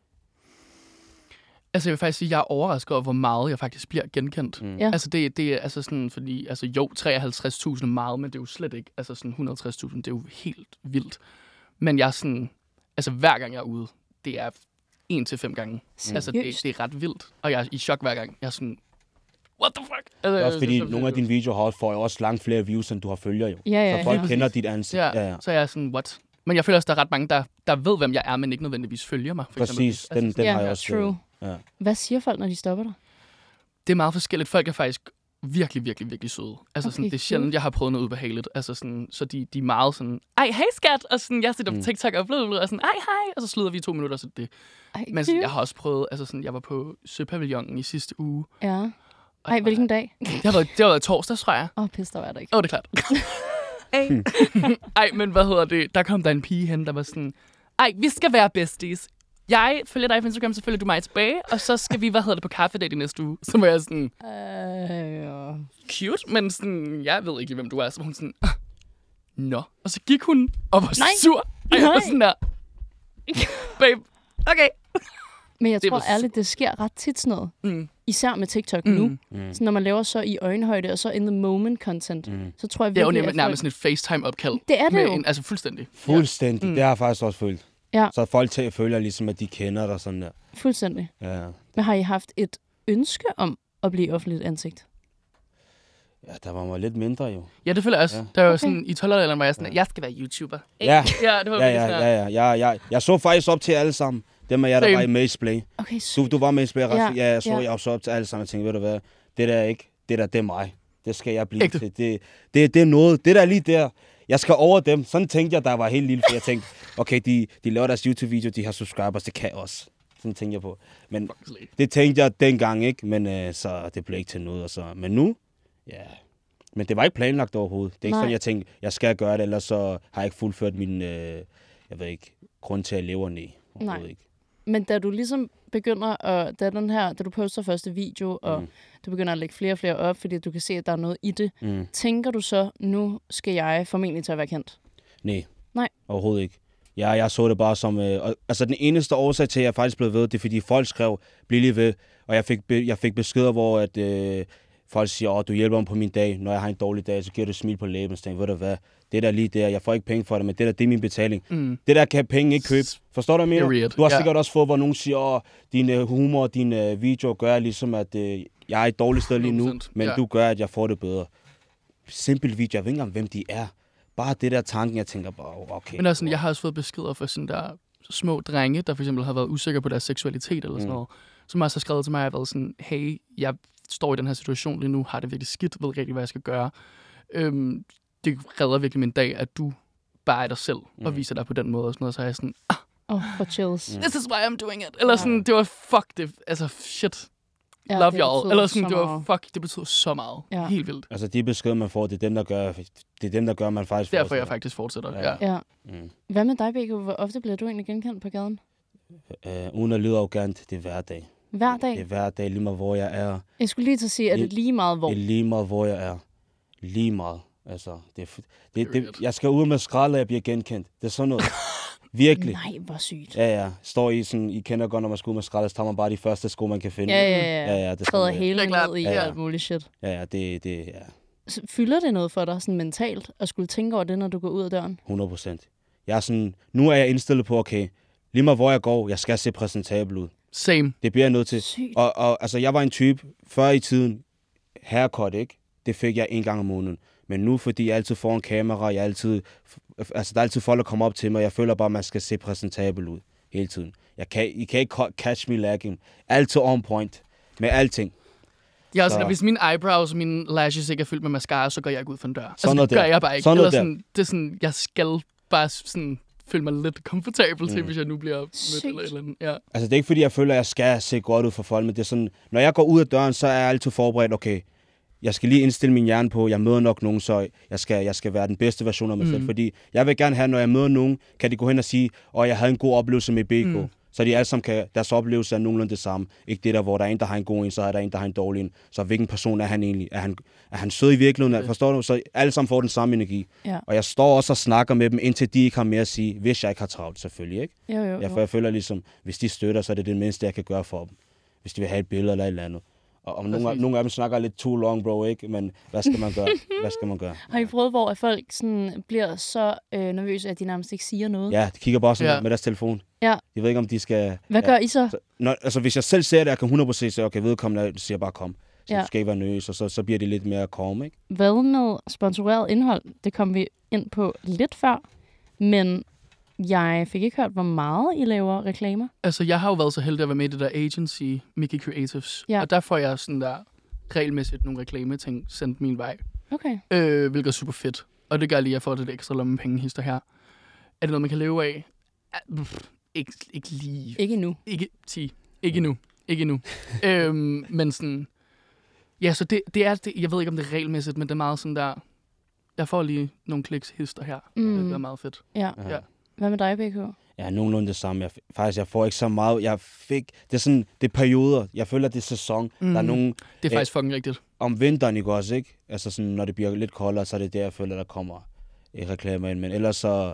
Altså, jeg vil faktisk sige, at jeg er overrasket over, hvor meget jeg faktisk bliver genkendt. Mm. Ja. Altså, det, det er altså sådan, fordi, altså jo, treoghalvtreds tusind er meget, men det er jo slet ikke, altså sådan et hundrede og tres tusind, det er jo helt vildt. Men jeg er sådan, altså hver gang jeg er ude, det er en til fem gange. Mm. Altså, det, det er ret vildt. Og jeg er i chok hver gang. Jeg er sådan, what the fuck? Altså, Det er også fordi, så- så- nogle af dine videoer har, får jo også langt flere views, end du har følger jo. Ja, ja. Så folk lige kender præcis. dit ansigt. Ja, Ja, ja. så jeg er sådan, what? Men jeg føler også, der er ret mange, der, der ved, hvem jeg er, men ikke nødvendigvis følger mig. For Præcis, eksempel. den, den Ja, har jeg også. true. Ja. Hvad siger folk, når de stopper dig? Det er meget forskelligt. Folk er faktisk virkelig, virkelig, virkelig søde. Altså Okay, sådan, det er cool. sjældent, jeg har prøvet noget ubehageligt. Altså sådan, så de, de er meget sådan, ej, hej skat! Og sådan, jeg sitter på Mm. TikTok og blød, og sådan, ej, hej! Og så slutter vi i to minutter, så det. Ej, Men sådan, cute. jeg har også prøvet, altså sådan, jeg var på Søpavillonen i sidste uge. Ja. og Ej, det hvilken var- dag? Det har været, det har været torsdag, tror jeg. Åh, oh, pis, der var der ikke. Åh, oh, det er klart. Ej, men hvad hedder det? Der kom der en pige hen, der var sådan, ej, vi skal være besties. Jeg følger dig på Instagram, så følger du mig tilbage, og så skal vi, hvad hedder det, på kaffedate i næste uge. Så var jeg sådan, Øh, cute, men sådan, jeg ved ikke lige, hvem du er. Så var hun sådan, "Ah, nå. Og så gik hun og var Nej. sur. Og jeg var Nej. sådan der, babe, okay. Men jeg Det tror var- ærligt, det sker ret tit sådan noget. Mm. Især med TikTok Mm. nu. Mm. Så når man laver så i øjenhøjde, og så in the moment content, Mm. så tror jeg Det er jo virkelig, nærmest, at nærmest folk... sådan et FaceTime-opkald. Det er det med jo. En, altså fuldstændig. Fuldstændig. Mm. Det har jeg faktisk også følt. Ja. Så folk til føler ligesom, at de kender dig sådan der. Fuldstændig. Ja. Men har I haft et ønske om at blive offentligt ansigt? Ja, der var mig lidt mindre jo. Ja, det føler jeg også. Ja. Ja. Der var Okay. sådan, i tolv-årsalderen var jeg sådan, jeg skal være YouTuber. Ja. Ja, det var Ja, virkelig ja, sådan her. ja, ja. Jeg, jeg, jeg så faktisk op til alle sammen. Dem af jer, der Same. var i Mazeplay. Okay, Du, sygt. du var med i Spil, Ja, ja, ja, jeg så, ja. jeg så op til alle sammen. Jeg tænkte, ved du hvad, det der er ikke, det der, det er mig. Det skal jeg blive Ægte. til. Det, det, det er noget. Det der er lige der. Jeg skal over dem. Sådan tænkte jeg, der var helt lille, for jeg tænkte, okay, de, de laver deres YouTube-video, de har subscribers, det kan jeg også. Sådan tænkte jeg på. Men Fucking det tænkte jeg dengang ikke, men øh, så det blev ikke til noget. Og så. Men nu, ja, Men det var ikke planlagt overhovedet. Det er ikke Nej. sådan, jeg tænkte, jeg skal gøre det, ellers så har jeg ikke fuldført min, øh, jeg ved ikke, grund til at leve ned. Nej. Ikke. Men da du ligesom begynder at, da den her, da du poster første video, og Mm. du begynder at lægge flere og flere op, fordi du kan se, at der er noget i det, Mm. tænker du så, nu skal jeg formentlig til at være kendt? Nej. Nej. Overhovedet ikke. Ja, jeg så det bare som... Øh, og, altså, den eneste årsag til, at jeg faktisk blev ved, det er, fordi folk skrev, bliv lige ved. Og jeg fik, be, jeg fik beskeder, hvor at, øh, folk siger, åh, du hjælper mig på min dag. Når jeg har en dårlig dag, så giver du et smil på læben. Så tænker, ved du hvad, det der lige der, jeg får ikke penge for det, men det der, det er min betaling. Mm. Det der kan penge ikke købe. Forstår du, hvad jeg mener? Du har sikkert yeah. også fået, hvor nogen siger, åh, din øh, humor og din øh, video gør ligesom, at øh, jeg er et dårligt sted lige nu, men yeah. du gør, at jeg får det bedre. Simpel video, jeg ved ikke engang, hvem de er. Bare det der tanken, jeg tænker bare, okay. Men også sådan, jeg har også fået beskeder fra sådan der små drenge, der for eksempel har været usikre på deres seksualitet eller sådan Mm. noget, som også har skrevet til mig og været sådan, hey, jeg står i den her situation lige nu, har det virkelig skidt, ved ikke rigtig, hvad jeg skal gøre. Øhm, det redder virkelig min dag, at du bare er dig selv mm. og viser dig på den måde og sådan noget, så er jeg sådan, ah, oh, for chills. This is why I'm doing it. Eller sådan, det var fuck det, altså shit. Ja, Love det y'all. betyder Eller sådan, så det var meget. fuck, det betyder så meget. Ja. Helt vildt. Altså, de beskeder, man får, det er dem, der gør, det er dem, der gør, man faktisk Derfor fortsætter. jeg faktisk fortsætter, Ja. ja. Ja. Mm. Hvad med dig, B K? Hvor ofte bliver du egentlig genkendt på gaden? Uh, uden at lyde arrogant, det er hver dag. Hver dag? Det er hver dag, lige meget hvor jeg er. Jeg skulle lige til at sige, er det lige meget hvor? Det er lige meget hvor jeg er. Lige meget. Altså, det, er, det, det, jeg skal ud med skrald, og jeg bliver genkendt. Det er sådan noget. Virkelig. Nej, hvor sygt. Ja, ja. Står I sådan, I kender godt, når man skal ud med skrald, så tager man bare de første sko, man kan finde. Ja, ja, ja. ja, ja det er Træder sådan, hele ned i ja, ja. alt muligt shit. Ja, ja, det, det, ja. Så fylder det noget for dig sådan mentalt, at skulle tænke over det, når du går ud af døren? hundrede procent. Jeg er sådan, nu er jeg indstillet på, okay, lige meget hvor jeg går, jeg skal se præsentabel ud. Same. Det bliver jeg nødt til. Sygt. Og, og altså, jeg var en type, før i tiden, haircut, ikke? Det fik jeg en gang om måneden. Men nu, fordi jeg altid får en kamera, jeg altid, altså, der er altid folk, der kommer op til mig, jeg føler bare, at man skal se præsentabel ud hele tiden. Jeg kan, I kan ikke catch me lagging. Altid on point med alting. Ja, altså, hvis mine eyebrows og mine lashes ikke er fyldt med mascara, så går jeg ikke ud for en dør. Altså, Sådan det gør der. jeg bare ikke. Sådan Eller der. sådan, det er sådan, jeg skal bare sådan føle mig lidt komfortabel til, Mm. hvis jeg nu bliver mødt Sygt. eller et eller andet. Ja. Altså, det er ikke, fordi jeg føler, at jeg skal se godt ud for folk, men det er sådan, når jeg går ud af døren, så er jeg altid forberedt, okay, jeg skal lige indstille min hjerne på, jeg møder nok nogen, så jeg skal, jeg skal være den bedste version af mig mm. selv. Fordi jeg vil gerne have, når jeg møder nogen, kan de gå hen og sige, at jeg havde en god oplevelse med B K. Mm. Så de alle sammen kan, deres oplevelse er nogenlunde det samme. Ikke det der, hvor der er en, der har en god en, så er der en, der har en dårlig en. Så hvilken person er han egentlig? Er han, er han sød i virkeligheden? Okay. Forstår du? Så alle sammen får den samme energi. Ja. Og jeg står også og snakker med dem, indtil de ikke har mere at sige, hvis jeg ikke har travlt, selvfølgelig. Ikke? Jo, jo, jo. Ja, for jeg føler ligesom, hvis de støtter, så er det det mindste, jeg kan gøre for dem. Hvis de vil have et billede eller et eller andet. Og om nogle, nogle af dem snakker lidt too long, bro, ikke? Men hvad skal man gøre? Hvad skal man gøre? Har I prøvet, hvor folk sådan bliver så øh, nervøse, at de nærmest ikke siger noget? Ja, de kigger bare sådan Ja. med deres telefon. Ja. Jeg ved ikke, om de skal... Hvad ja. gør I så? Så, når, altså, hvis jeg selv ser det, jeg kan hundrede procent sige, okay, vedkommende siger bare kom. Så Ja. du skal ikke være nervøs, og så, så bliver det lidt mere calm, ikke? Hvad med sponsoreret indhold? Det kom vi ind på lidt før, men jeg fik ikke hørt, hvor meget I laver reklamer. Altså, jeg har jo været så heldig at være med i det der agency, Mickey Creatives. Ja. Og der får jeg sådan der regelmæssigt nogle reklameting sendt min vej. Okay. Øh, hvilket er super fedt. Og det gør lige, at jeg får det ekstra lommepenge-hister her. Er det noget, man kan leve af? Ah, pff, ikke, ikke lige. Ikke endnu. Ikke ti. Ikke endnu. Ikke endnu. øhm, men sådan... Ja, så det, det er... Det, jeg ved ikke, om det er regelmæssigt, men det er meget sådan der... Jeg får lige nogle kliks hister her. Mm. Det er meget fedt. Ja. Ja. Hvad med dig, B K? Ja, nogenlunde det samme. Jeg, faktisk, jeg får ikke så meget. Jeg fik... Det er sådan... Det er perioder. Jeg føler, det er sæson. Mm. Der er nogle... Det er faktisk fucking rigtigt. Om vinteren, ikke også, ikke? Altså sådan, når det bliver lidt koldere, så er det der, jeg føler, der kommer øh, reklamer ind. Men ellers så...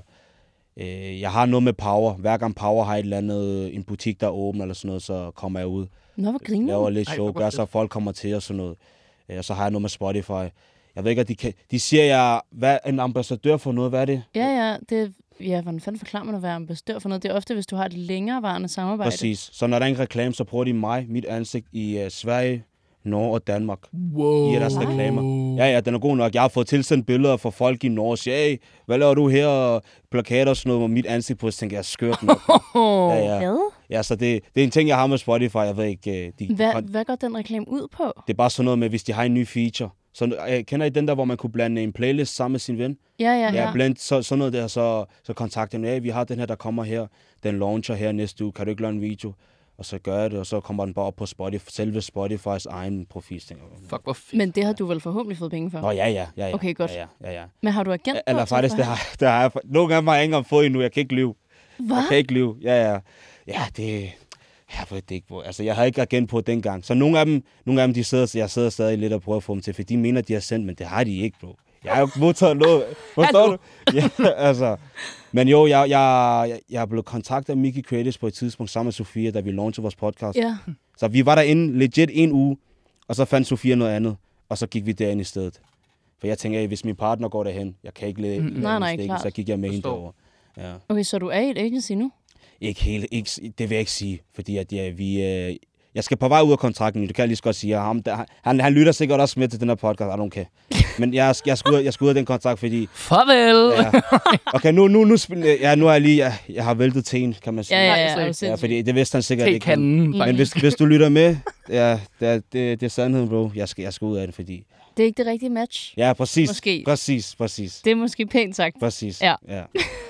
Øh, jeg har noget med Power. Hver gang Power har et eller andet, en butik, der er åben eller sådan noget, så kommer jeg ud. Nå, hvor griner Laver du? lidt Ej, show, hvor gør fedt. så folk kommer til og sådan noget. Øh, og så har jeg noget med Spotify. Jeg ved ikke, at de kan... De siger, jeg hvad en ambassadør for noget. Hvad er det? Ja, ja. Det, ja, hvordan fanden forklarer man at være ambassadør for noget? Det er ofte, hvis du har et længerevarende samarbejde. Præcis. Så når der er en reklame, så bruger de mig, mit ansigt i uh, Sverige, Norge og Danmark. Wow. I er deres reklamer. Ja, ja, den er god nok. Jeg har fået tilsendt billeder fra folk i Norge og siger, hey, hvad laver du her? Og plakater og sådan noget med mit ansigt på, så tænker jeg, skørt nok. Ja, ja. Hvad? Ja, så det, det er en ting, jeg har med Spotify. Jeg ved ikke, de, Hvad, hvad går den reklame ud på? det er bare sådan noget med, hvis de har en ny feature. Så øh, kender I den der, hvor man kunne blande en playlist sammen med sin ven? Ja, ja, Ja, ja. blend, så, sådan noget der, så, så kontakter dem, hey, vi har den her, der kommer her. Den launcher her næste uge. Kan du ikke lave en video? Og så gør jeg det, og så kommer den bare op på Spotify, selve Spotifys egen profil. Fuck, hvor fedt. Men det har du vel forhåbentlig fået penge for? Nå, ja, ja. ja, ja. Okay, godt. Ja, ja, ja, ja. Men har du agent? Eller faktisk, det har, det har jeg... Nogle gange har jeg ikke engang fået endnu. Jeg kan ikke lyve. Hvad? Jeg kan ikke lyve. Ja, ja. Ja, det... Jeg ved det ikke, hvor... Altså, jeg havde ikke agent på dengang. Så nogle af dem, nogle af dem de sidder, jeg sidder stadig lidt og prøver at få dem til, for de mener, de har sendt, men det har de ikke, bro. Jeg har jo modtaget noget. Forstår du? Ja, altså. Men jo, jeg, jeg, jeg er blevet kontaktet af Mickey Creatives på et tidspunkt sammen med Sofia, da vi launchede vores podcast. Ja. Så vi var derinde legit en uge, og så fandt Sofia noget andet, og så gik vi derind i stedet. For jeg tænker, hvis min partner går derhen, jeg kan ikke lade mm. nej, nej, stikke, så gik jeg med hende derovre. Ja. Okay, så du er i et agency nu? Ikke helt, ikke, det vil jeg ikke sige, fordi at ja, vi... Øh, jeg skal på vej ud af kontrakten, det kan jeg lige så godt sige. Ham, der, han, han lytter sikkert også med til den her podcast, I don't care. Men jeg, jeg, skal ud, jeg skal ud af den kontrakt, fordi... Farvel! Ja. Okay, nu, nu, nu, ja, nu er jeg lige... Jeg, jeg har væltet teen, kan man sige. Ja, ja, ja. ja fordi det vidste han sikkert ikke. Men, men hvis, hvis du lytter med, ja, det, det, det er sandheden, bro. Jeg skal, jeg skal ud af det, fordi... Det er ikke det rigtige match? Ja, præcis. Måske. Præcis, præcis. Det er måske pænt sagt. Præcis, ja. ja.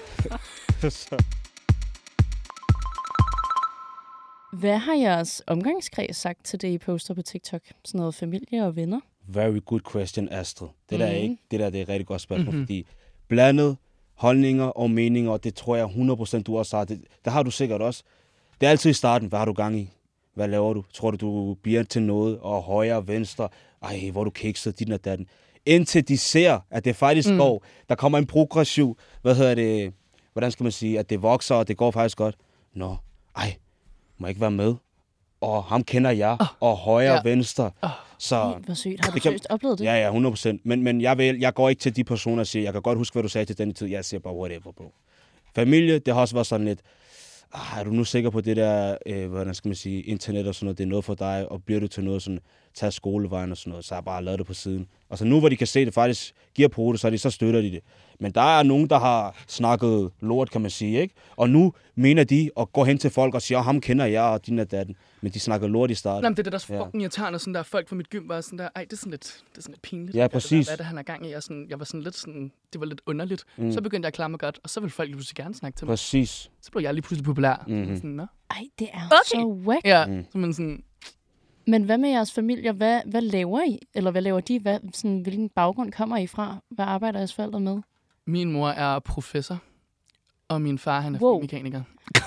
Hvad har jeres omgangskreds sagt til det, I poster på TikTok? Sådan noget familie og venner? Very good question, Astrid. Det der, mm. er ikke, det der det er et rigtig godt spørgsmål, mm-hmm. fordi blandet holdninger og meninger, det tror jeg hundrede procent du også har. Det, det har du sikkert også. Det er altid i starten, hvad har du gang i? Hvad laver du? Tror du, du bliver til noget? Og højre og venstre? Ej, hvor du kikset, din og datten. Indtil de ser, at det faktisk mm. går. Der kommer en progressiv, hvad hedder det, hvordan skal man sige, at det vokser, og det går faktisk godt. Nå, ej, må jeg ikke være med? Og ham kender jeg, oh. og højre og ja. venstre. Oh. Så hvor sygt. Har du seriøst oplevet det? Ja, ja, hundrede procent. Men, men jeg, vil, jeg går ikke til de personer og siger, jeg kan godt huske, hvad du sagde til den tid. Jeg siger bare, whatever, bro. Familie, det har også været sådan lidt, ah, er du nu sikker på det der, øh, hvordan skal man sige, internet og sådan noget, det er noget for dig, og bliver du til noget sådan, tage skolevejen og sådan noget, så har jeg bare lavet det på siden. Og så nu, hvor de kan se det faktisk giver på det, så, de, så støtter de det. Men der er nogen, der har snakket lort, kan man sige, ikke? Og nu mener de at gå hen til folk og sige, ham kender jeg, og din og datten. Men de snakker lort i starten. Jamen, det er det, der er fucking irriterende, sådan der folk fra mit gym var sådan der, ej, det er sådan lidt, det er sådan lidt pinligt. Ja, præcis. Det der, hvad er det, han er gang i? Jeg, sådan, jeg var sådan lidt sådan, det var lidt underligt. Mm. Så begyndte jeg at klare mig godt, og så ville folk lige pludselig gerne snakke til mig. Præcis. Så blev jeg lige pludselig populær. Mm-hmm. Sådan, nå. Ej, det er okay. så whack. Ja, mm. så man sådan... Men hvad med jeres familie? Hvad, hvad laver I? Eller hvad laver de? Hvad, sådan, hvilken baggrund kommer I fra? Hvad arbejder jeres forældre med? Min mor er professor, og min far han er wow. mekaniker.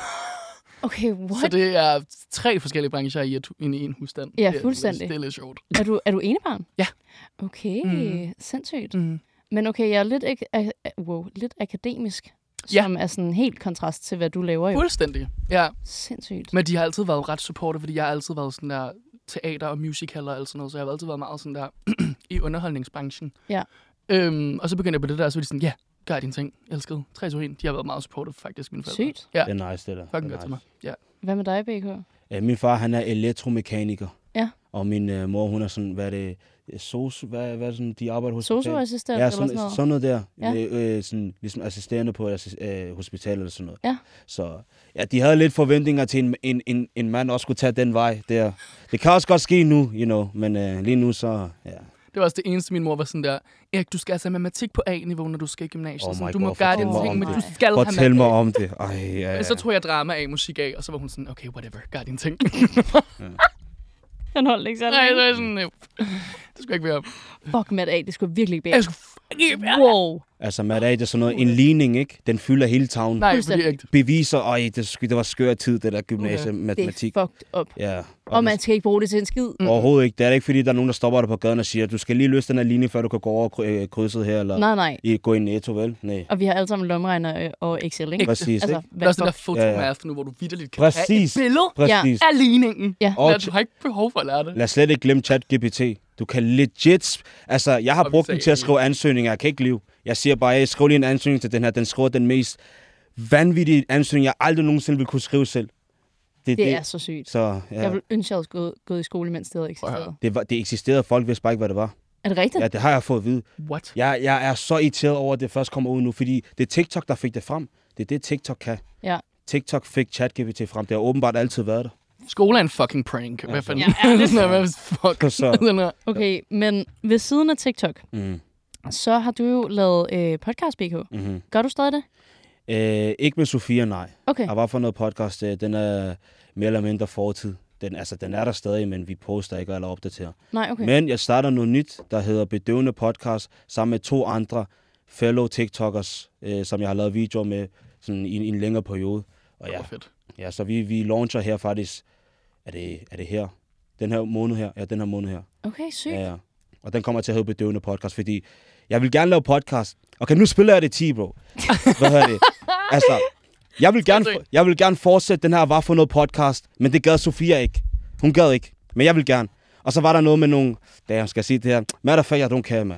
Okay, what? Så det er tre forskellige brancher i, et, i en husstand. Ja, fuldstændig. Det er lidt sjovt. Er du, er du enebarn? Ja. Okay, mm. sindssygt. Mm. Men okay, jeg er lidt, ak- wow, lidt akademisk, ja. som er sådan en helt kontrast til, hvad du laver. Jo. Fuldstændig, ja. Sindssygt. Men de har altid været ret supportive, fordi jeg har altid været sådan der teater og musicaler og alt sådan noget, så jeg har altid været meget sådan der i underholdningsbranchen. Ja. Øhm, og så begyndte jeg på det der, så var de sådan, ja, gør din ting, elskede. tre to en, de har været meget supportive faktisk, mine forældre. Sygt. Ja. Det er nice, det der. Fucking det godt til mig. Ja. Hvad med dig, B K? Ja, min far, han er elektromekaniker. Ja. Og min øh, mor, hun er sådan, hvad er det, sosu, hvad, hvad er det sådan, de arbejder hos sosu-assistent ja, eller sådan, sådan noget? sådan noget der. Ja. Øh, øh, sådan, ligesom assisterende på et øh, hospital eller sådan noget. Ja. Så ja, de havde lidt forventninger til, en, en, en, en mand også skulle tage den vej der. Det kan også godt ske nu, you know, men øh, lige nu så, ja. Det var også det eneste, min mor var sådan der, Erik, du skal altså have matematik på A-niveau, når du skal i gymnasiet. Oh sådan, du God, må gøre dine ting, men du skal fortæl have Fortæl mig om det. Ej, ja, ja. Men så tog jeg drama af, musik af, og så var hun sådan, okay, whatever, gør dine ting. ja. Han holdt ikke sådan. Nej, så er sådan, det skulle ikke være. Fuck, Matt A, det skulle virkelig ikke være. Jeg skulle fucking være. Wow. Altså, Matt A, det er sådan noget, en ligning, ikke? Den fylder hele tavlen. Nej, fordi ikke. Beviser, ej, det, det var skør tid, det der gymnasie Okay. matematik. Det er fucked up. Ja. Og, og man skal ikke bruge det til en skid. Mm. Overhovedet ikke. Det er ikke, fordi der er nogen, der stopper dig på gaden og siger, du skal lige løse den her linje, før du kan gå over krydset her, eller nej, nej. I, gå i Netto, vel? Nej. Og vi har alle sammen lommeregner og Excel, ikke? Præcis, altså, ikke? Der er sådan der fotomaster nu, hvor du vitterligt kan Præcis. have et billede Præcis. af ligningen. Ja. Og du har ikke behov for at lære det. Lad os slet ikke glemme ChatGPT. Du kan legit... Altså, jeg har brugt den til at skrive ansøgninger. Jeg kan ikke leve. Jeg siger bare, jeg skriver lige en ansøgning til den her. Den skriver den mest vanvittige ansøgning, jeg aldrig nogensinde ville kunne skrive selv. Det, det er så sygt. Så, ja. Jeg ville ønske, jeg havde gået, gået i skole, mens det havde eksisteret. Det, var, det eksisterede, folk vidste bare ikke, hvad det var. Er det rigtigt? Ja, det har jeg fået at vide. What? Jeg, jeg er så irriteret over, at det først kommer ud nu, fordi det er TikTok, der fik det frem. Det er det, TikTok kan. Ja. TikTok fik ChatGPT frem. Det har åbenbart altid været der. Skole er en fucking prank. Hvad fanden? Ja, det er fuck. Så. Okay, men ved siden af TikTok, mm. så har du jo lavet øh, podcast, B K. Mm-hmm. Gør du stadig det? Øh, ikke med Sofia, nej. Okay. Jeg var for noget podcast, øh, den er mere eller mindre fortid. Den, altså, den er der stadig, men vi poster ikke eller opdaterer. Nej, okay. Men jeg starter noget nyt, der hedder Bedøvende Podcast, sammen med to andre fellow TikTokers, øh, som jeg har lavet videoer med sådan i, i en længere periode. Og ja, fedt. Ja, så vi, vi launcher her faktisk, er det, er det her? Den her måned her? Ja, den her måned her. Okay, sygt. Ja, ja. Og den kommer til at hedde Bedøvende Podcast, fordi jeg vil gerne lave podcast. Okay, nu spiller jeg det ti, bro. Hvad hedder det? Altså, jeg vil, gerne, jeg vil gerne fortsætte den her Hvad for noget podcast, men det gad Sofia ikke. Hun gad ikke, men jeg vil gerne. Og så var der noget med nogle, da jeg skal sige det her, matter of fact, I don't care, man.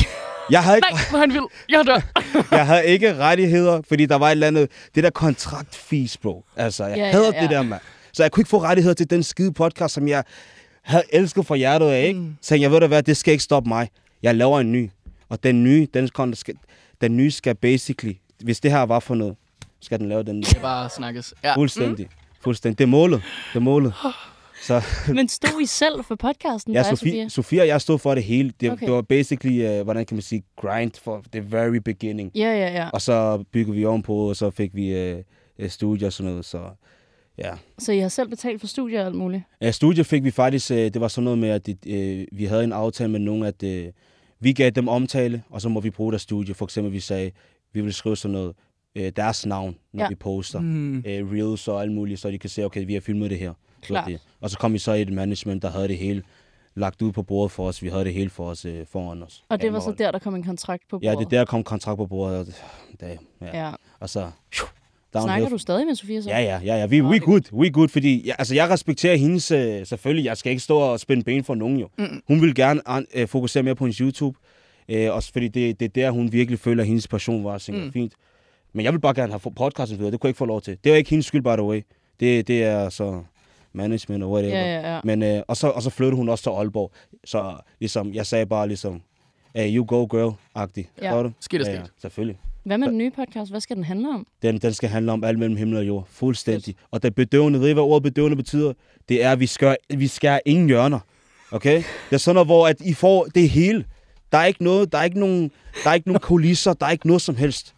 Jeg havde ikke, Nej, hvor han vil. Jeg dør. jeg havde ikke rettigheder, fordi der var et eller andet, det der kontraktfis, bro. Altså, jeg Ja, havde ja, ja. det der, mand. Så jeg kunne ikke få rettigheder til den skide podcast, som jeg havde elsket fra hjertet af, ikke? Mm. Så jeg ved da hvad, det skal ikke stoppe mig. Jeg laver en ny. Og den nye, den skal, den nye skal basically, hvis det her var for noget, skal den lave den. Det er bare snakkes. Ja. Fuldstændig. Mm. Fuldstændig. Det er målet. Det er målet. Så. Men stod I selv for podcasten? Ja, dig, Sofia, Sofia og jeg stod for det hele. Det, Okay. det var basically, uh, hvordan kan man sige, grind for the very beginning. Ja, ja, ja. Og så byggede vi ovenpå, og så fik vi uh, studier og sådan noget. Så ja. Så I har selv betalt for studier og alt muligt? Ja, studier fik vi faktisk, uh, det var sådan noget med, at det, uh, vi havde en aftale med nogen, at uh, vi gav dem omtale, og så må vi bruge deres studie. For eksempel, vi sagde, vi vil skrive sådan noget, uh, deres navn, når Ja. vi poster. Mm. Uh, reels og alt muligt, så de kan se, okay, vi har filmet det her. Klart. Det. Og så kom vi så i et management, der havde det hele lagt ud på bordet for os. Vi havde det hele for os øh, foran os. Og det var så Kameraet. der, der kom en kontrakt på bordet? Ja, det er der, kom kontrakt på bordet. Og det, det, ja. Ja. Og så... Snakker du stadig med Sofia så? Ja, ja, ja. ja. Vi we good. We good, fordi... Ja, altså, jeg respekterer hendes... Øh, selvfølgelig, jeg skal ikke stå og spænde ben for nogen, jo. Mm. Hun vil gerne øh, fokusere mere på hendes YouTube. Øh, også fordi det, det er der, hun virkelig føler, at hendes passion var. Så mm. fint. Men jeg vil bare gerne have podcasten videre. Det kunne jeg ikke få lov til. Det var ikke hendes skyld, by the way. Det, det er så... management og whatever. Ja, ja, ja. Men, øh, og, så, og så flyttede hun også til Aalborg. Så ligesom, jeg sagde bare ligesom, hey, you go girl-agtig. Ja. Du? Skidt og ja, skidt. ja, selvfølgelig. Hvad med den nye podcast? Hvad skal den handle om? Den, den skal handle om alt mellem himmel og jord. Fuldstændig. Og det bedøvende, ved I, hvad ordet bedøvende betyder? Det er, at vi skærer, vi skærer ingen hjørner. Okay? Det er sådan noget, hvor at I får det hele. Der er ikke noget, der er ikke nogen, der er ikke nogen kulisser, der er ikke noget som helst.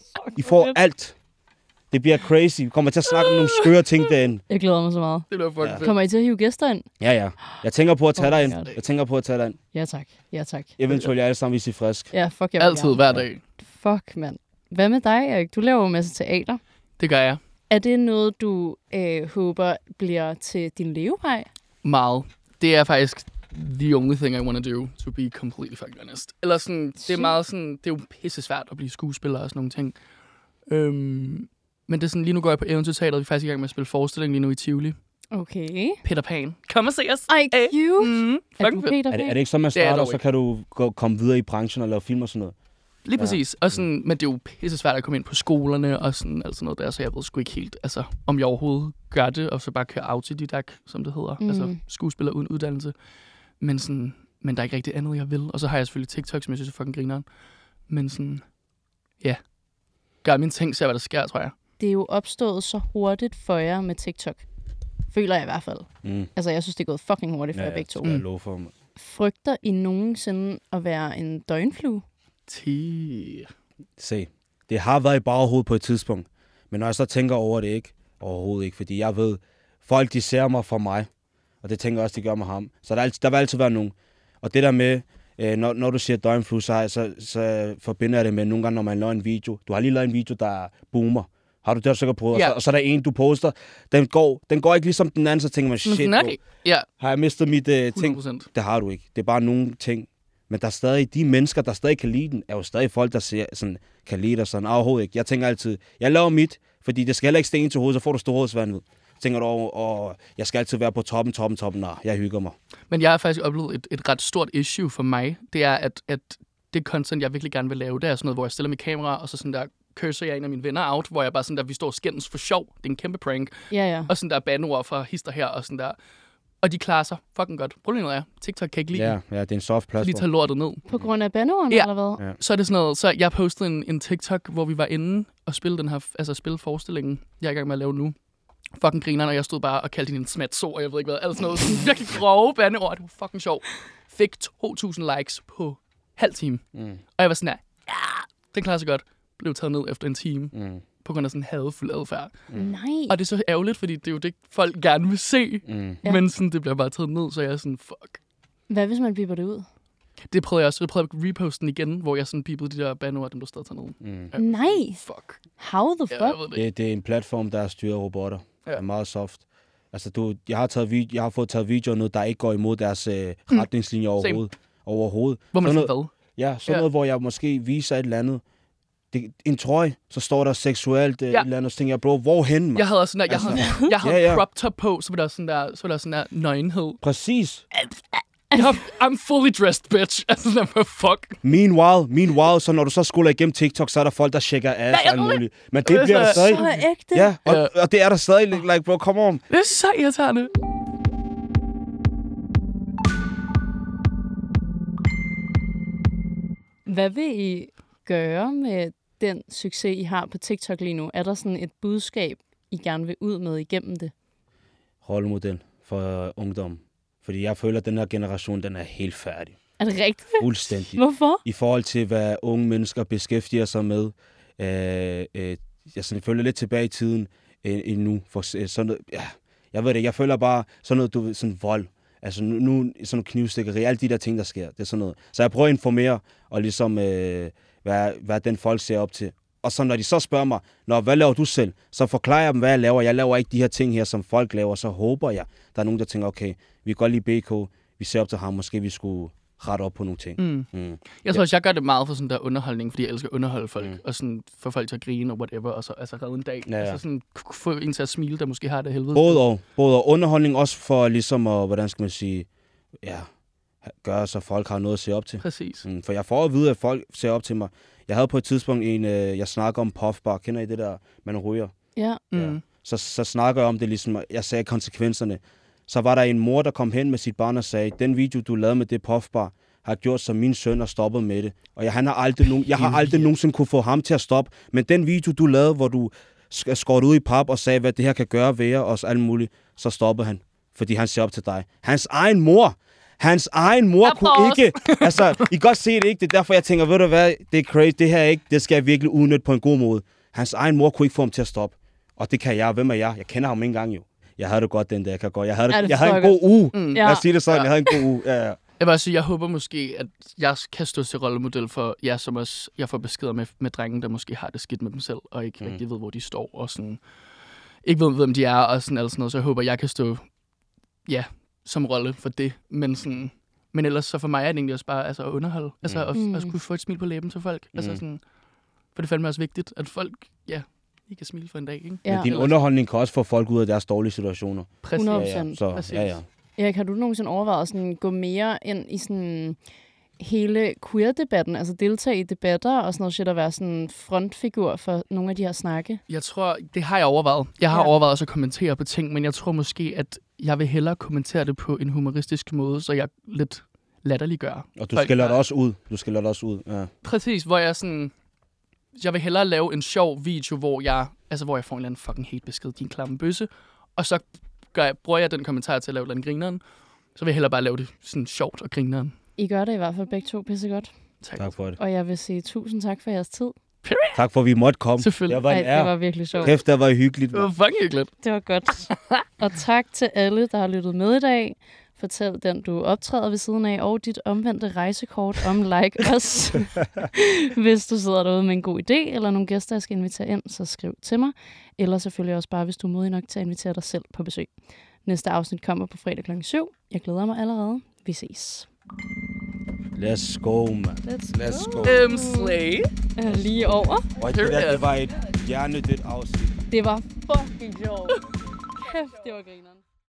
I får alt. Det bliver crazy. Vi kommer til at snakke om nogle skøre ting derinde. Jeg glæder mig så meget. Det bliver fucking Ja. fedt. Kommer I til at hive gæster ind? Ja, ja. Jeg tænker på at tage Oh dig my ind. God. Jeg tænker på at tage dig ind. Ja tak. Ja tak. Eventuelt alle sammen, hvis I er frisk. Ja, fuck, jeg vil Altid, gerne. hver dag. Fuck, mand. Hvad med dig, Erik? Du laver jo en masse teater. Det gør jeg. Er det noget, du øh, håber bliver til din levevej? Meget. Det er faktisk the only thing I want to do, to be completely fucking honest. Eller sådan, det er Sygt. meget sådan, det er jo pisse svært at blive skuespiller og sådan nogle ting. Øhm, men det er sådan, lige nu går jeg på Eventyrteateret, vi er faktisk i gang med at spille forestilling lige nu i Tivoli. Okay. Peter Pan. Kom og se os. Ej, Hey. cute. Mm, Er fucking du fedt. Peter Er det, Pan? er det ikke sådan, man Det er starter, dog så ikke. kan du gå, komme videre i branchen og lave film og sådan noget? Lige præcis. Og sådan, men det er jo pisse svært at komme ind på skolerne og sådan, altså noget der, så jeg ved sgu ikke helt, altså, om jeg overhovedet gør det, og så bare køre autodidakt, som det hedder. Mm. Altså skuespiller uden uddannelse. Men sådan, men der er ikke rigtig andet, jeg vil. Og så har jeg selvfølgelig TikTok, som jeg synes er fucking grineren. Men sådan, ja. Gør mine ting, ser hvad der sker, tror jeg. Det er jo opstået så hurtigt for jer med TikTok. Føler jeg i hvert fald. Mm. Altså, jeg synes, det er gået fucking hurtigt for jer begge to. skal jeg love for mig. Frygter I nogensinde at være en døgnflue? Ti. Se, det har været i baghovedet på et tidspunkt. Men når jeg så tænker over det, ikke? Overhovedet ikke, fordi jeg ved, folk de ser mig for mig. Og det tænker jeg også, de gør med ham. Så der, altid, der vil altid være nogen. Og det der med, øh, når, når du siger døgnflue, så, så, så forbinder jeg det med nogle gange, når man laver en video. Du har lige lavet en video, der boomer. Har du det sikkert prøvet? Ja. Og, så, og så er der en, du poster. Den går, den går ikke ligesom den anden, så tænker man, Men shit, sådan er bro, det. Ja, har jeg mistet mit øh, ting? hundrede procent. Det har du ikke. Det er bare nogle ting. Men der er stadig, de mennesker, der stadig kan lide den, er jo stadig folk, der ser, sådan, kan lide dig sådan. Overhovedet ikke. Jeg tænker altid, jeg laver mit, fordi det skal heller ikke sten til hovedet, så får du storhedsvandvid. Så tænker du over, og jeg skal altid være på toppen, toppen, toppen. Nej, jeg hygger mig. Men jeg har faktisk oplevet et, et ret stort issue for mig. Det er, at, at det content, jeg virkelig gerne vil lave, det er sådan noget, hvor jeg stiller mit kamera, og så sådan der curser jeg en af mine venner out, hvor jeg bare sådan der, vi står og skændes for sjov. Det er en kæmpe prank. Ja, ja. Og sådan der bandeord fra hister her, og sådan der. Og de klarer sig fucking godt. Problemet er, TikTok kan ikke lide Ja, dem, ja, det er en soft så plads. de tager lortet ned. På grund af bandeordene, Ja. eller hvad? Ja. Så er det sådan noget, så jeg postede en, en TikTok, hvor vi var inde og spille den her, altså spille forestillingen, jeg er i gang med at lave nu. Fucking grineren, og jeg stod bare og kaldte hende en smatså, og jeg ved ikke hvad, alt sådan noget, sådan virkelig grove bandeord, det var fucking sjov. Fik to tusind likes på halv time. Mm. Og jeg var sådan her, ja, den klarer sig godt. Blev taget ned efter en time Mm. på grund af sådan hadfuld adfærd. Mm. Nej. Og det er så ærgerligt, fordi det er jo det, folk gerne vil se. Mm. Ja. Men sådan, det bliver bare taget ned, så jeg er sådan, fuck. Hvad hvis man biber det ud? Det prøvede jeg også. Jeg prøvede at reposte den igen, hvor jeg sådan bibede de der banner, dem der stadig tager ned. Mm. Ja. Nej. Fuck. How the fuck? Ja, jeg ved det. Det, det er en platform, der er styret robotter. Ja. Det er meget soft. Altså, du, jeg, har taget vid- jeg har fået taget videoer nu, der ikke går imod deres øh, retningslinjer overhovedet. overhovedet. Hvor man sådan sådan noget, hvad? Ja, sådan ja. noget, hvor jeg måske viser et eller andet. Det, en trøje, så står der seksuelt øh, ja. et eller andet, så tænker jeg, bro, hvorhen, man? Jeg havde også sådan der, jeg altså, havde, jeg havde ja, ja. crop top på, så var der sådan der, så var der sådan der nøgenhed. Præcis. Jeg, I'm fully dressed, bitch. Altså, sådan der, fuck. Meanwhile, meanwhile, så når du så scroller igennem TikTok, så er der folk, der tjekker ass og alt muligt. Men det bliver der stadig. Så ægte. Ja, og, og det er der stadig. Like, bro, come on. Det er så irriterende. Hvad vil I gøre med den succes, I har på TikTok lige nu? Er der sådan et budskab, I gerne vil ud med igennem det? Rollemodel for ungdom. Fordi jeg føler, at den her generation, den er helt færdig. Er det rigtigt? Fuldstændig. Hvorfor? I forhold til, hvad unge mennesker beskæftiger sig med. Øh, øh, jeg sådan, føler lidt tilbage i tiden øh, endnu. For øh, sådan noget, ja, jeg ved det, jeg føler bare sådan noget, du ved, sådan vold. Altså nu, nu sådan noget knivstikkeri, alle de der ting, der sker. Det er sådan noget. Så jeg prøver at informere, og ligesom øh, hvad, hvad den folk ser op til. Og så når de så spørger mig, Nå, hvad laver du selv? Så forklarer jeg dem, hvad jeg laver. Jeg laver ikke de her ting her, som folk laver. Så håber jeg, der er nogen, der tænker, okay, vi kan godt lide B K, vi ser op til ham, måske vi skulle rette op på nogle ting. Mm. Mm. Jeg tror også, jeg gør det meget for sådan der underholdning, fordi jeg elsker at underholde folk, mm. og sådan få folk til at grine og whatever, og så altså redde en dag. Ja, ja. Altså sådan få en til at smile, der måske har det helvede. Både og. Både og underholdning også for ligesom at, hvordan skal man sige, ja, gøre så folk har noget at se op til. Præcis. Mm, for jeg får at vide, at folk ser op til mig. Jeg havde på et tidspunkt en, øh, jeg snakker om puffbar. Kender I det der, man ryger? Ja. Mm. Ja. Så, så snakker jeg om det, ligesom jeg sagde konsekvenserne. Så var der en mor, der kom hen med sit barn og sagde, den video, du lavede med det puffbar, har gjort, så min søn er stoppet med det. Og jeg, han har aldrig, no- jeg har aldrig nogensinde kunne få ham til at stoppe. Men den video, du lavede, hvor du skåret ud i pap og sagde, hvad det her kan gøre ved jer, og alt muligt, så stoppede han. Fordi han ser op til dig. Hans egen mor, hans egen mor kunne ikke... Altså, I kan godt se det ikke. Det er derfor, jeg tænker, ved du hvad, det er crazy. Det her ikke, det skal jeg virkelig udnytte på en god måde. Hans egen mor kunne ikke få ham til at stoppe. Og det kan jeg. Hvem er jeg? Jeg kender ham ikke engang jo. Jeg havde det godt den dag, jeg kan godt. Jeg havde, det, jeg havde en god uge. Mm. Lad os sige det sådan, ja. Jeg havde en god uge. Ja, ja. Jeg vil også sige, jeg håber måske, at jeg kan stå til rollemodel for jer, som også jeg får beskeder med, med drengen, der måske har det skidt med dem selv, og ikke mm. rigtig ved, hvor de står, og sådan, ikke ved, hvem de er, og sådan, alt sådan noget. Så jeg håber, jeg kan stå, ja, som rolle for det. Men, sådan, men ellers så for mig er det egentlig også bare altså, at underholde. Mm. Altså at, at, at kunne få et smil på læben til folk. Mm. Altså, sådan, for det fandme også vigtigt, at folk, ja, I kan smile for en dag, ikke? Ja. Men din underholdning kan også få folk ud af deres dårlige situationer. Præcis. hundrede procent. Ja, ja. Så, Præcis. ja, ja. Erik, har du nogensinde overvejet at sådan, gå mere ind i sådan hele queer-debatten, altså deltage i debatter og sådan noget shit, at være sådan frontfigur for nogle af de her snakke? Jeg tror, det har jeg overvejet. Jeg har ja. overvejet også at kommentere på ting, men jeg tror måske, at jeg vil hellere kommentere det på en humoristisk måde, så jeg lidt latterliggør. Og du skiller det også ud. Du skiller det også ud, ja. Præcis, hvor jeg sådan... Jeg vil hellere lave en sjov video, hvor jeg, altså, hvor jeg får en eller anden fucking hate-besked, din klamme bøsse, og så gør jeg, bruger jeg den kommentar til at lave den grineren. Så vil jeg hellere bare lave det sådan sjovt og grineren. I gør det i hvert fald begge to pissegodt. Tak. Tak for det. Og jeg vil sige tusind tak for jeres tid. Period. Tak for, at vi måtte komme. Selvfølgelig. Det var, en Ej, det var virkelig sjovt. Kæft, det var hyggeligt. Det var fucking hyggeligt. Det var godt. Og tak til alle, der har lyttet med i dag. Fortæl den, du optræder ved siden af, og dit omvendte rejsekort om Like Us. Hvis du sidder derude med en god idé, eller nogle gæster, jeg skal invitere ind, så skriv til mig. Eller selvfølgelig også bare, hvis du er modig nok til at invitere dig selv på besøg. Næste afsnit kommer på fredag klokken syv. Jeg glæder mig allerede. Vi ses. Let's go, man. Let's, Let's go. go. Um, slay. Uh, lige over. Og det, der, det var et hjernedødt afsnit. Det var fucking sjovt. Kæft, det var grineren.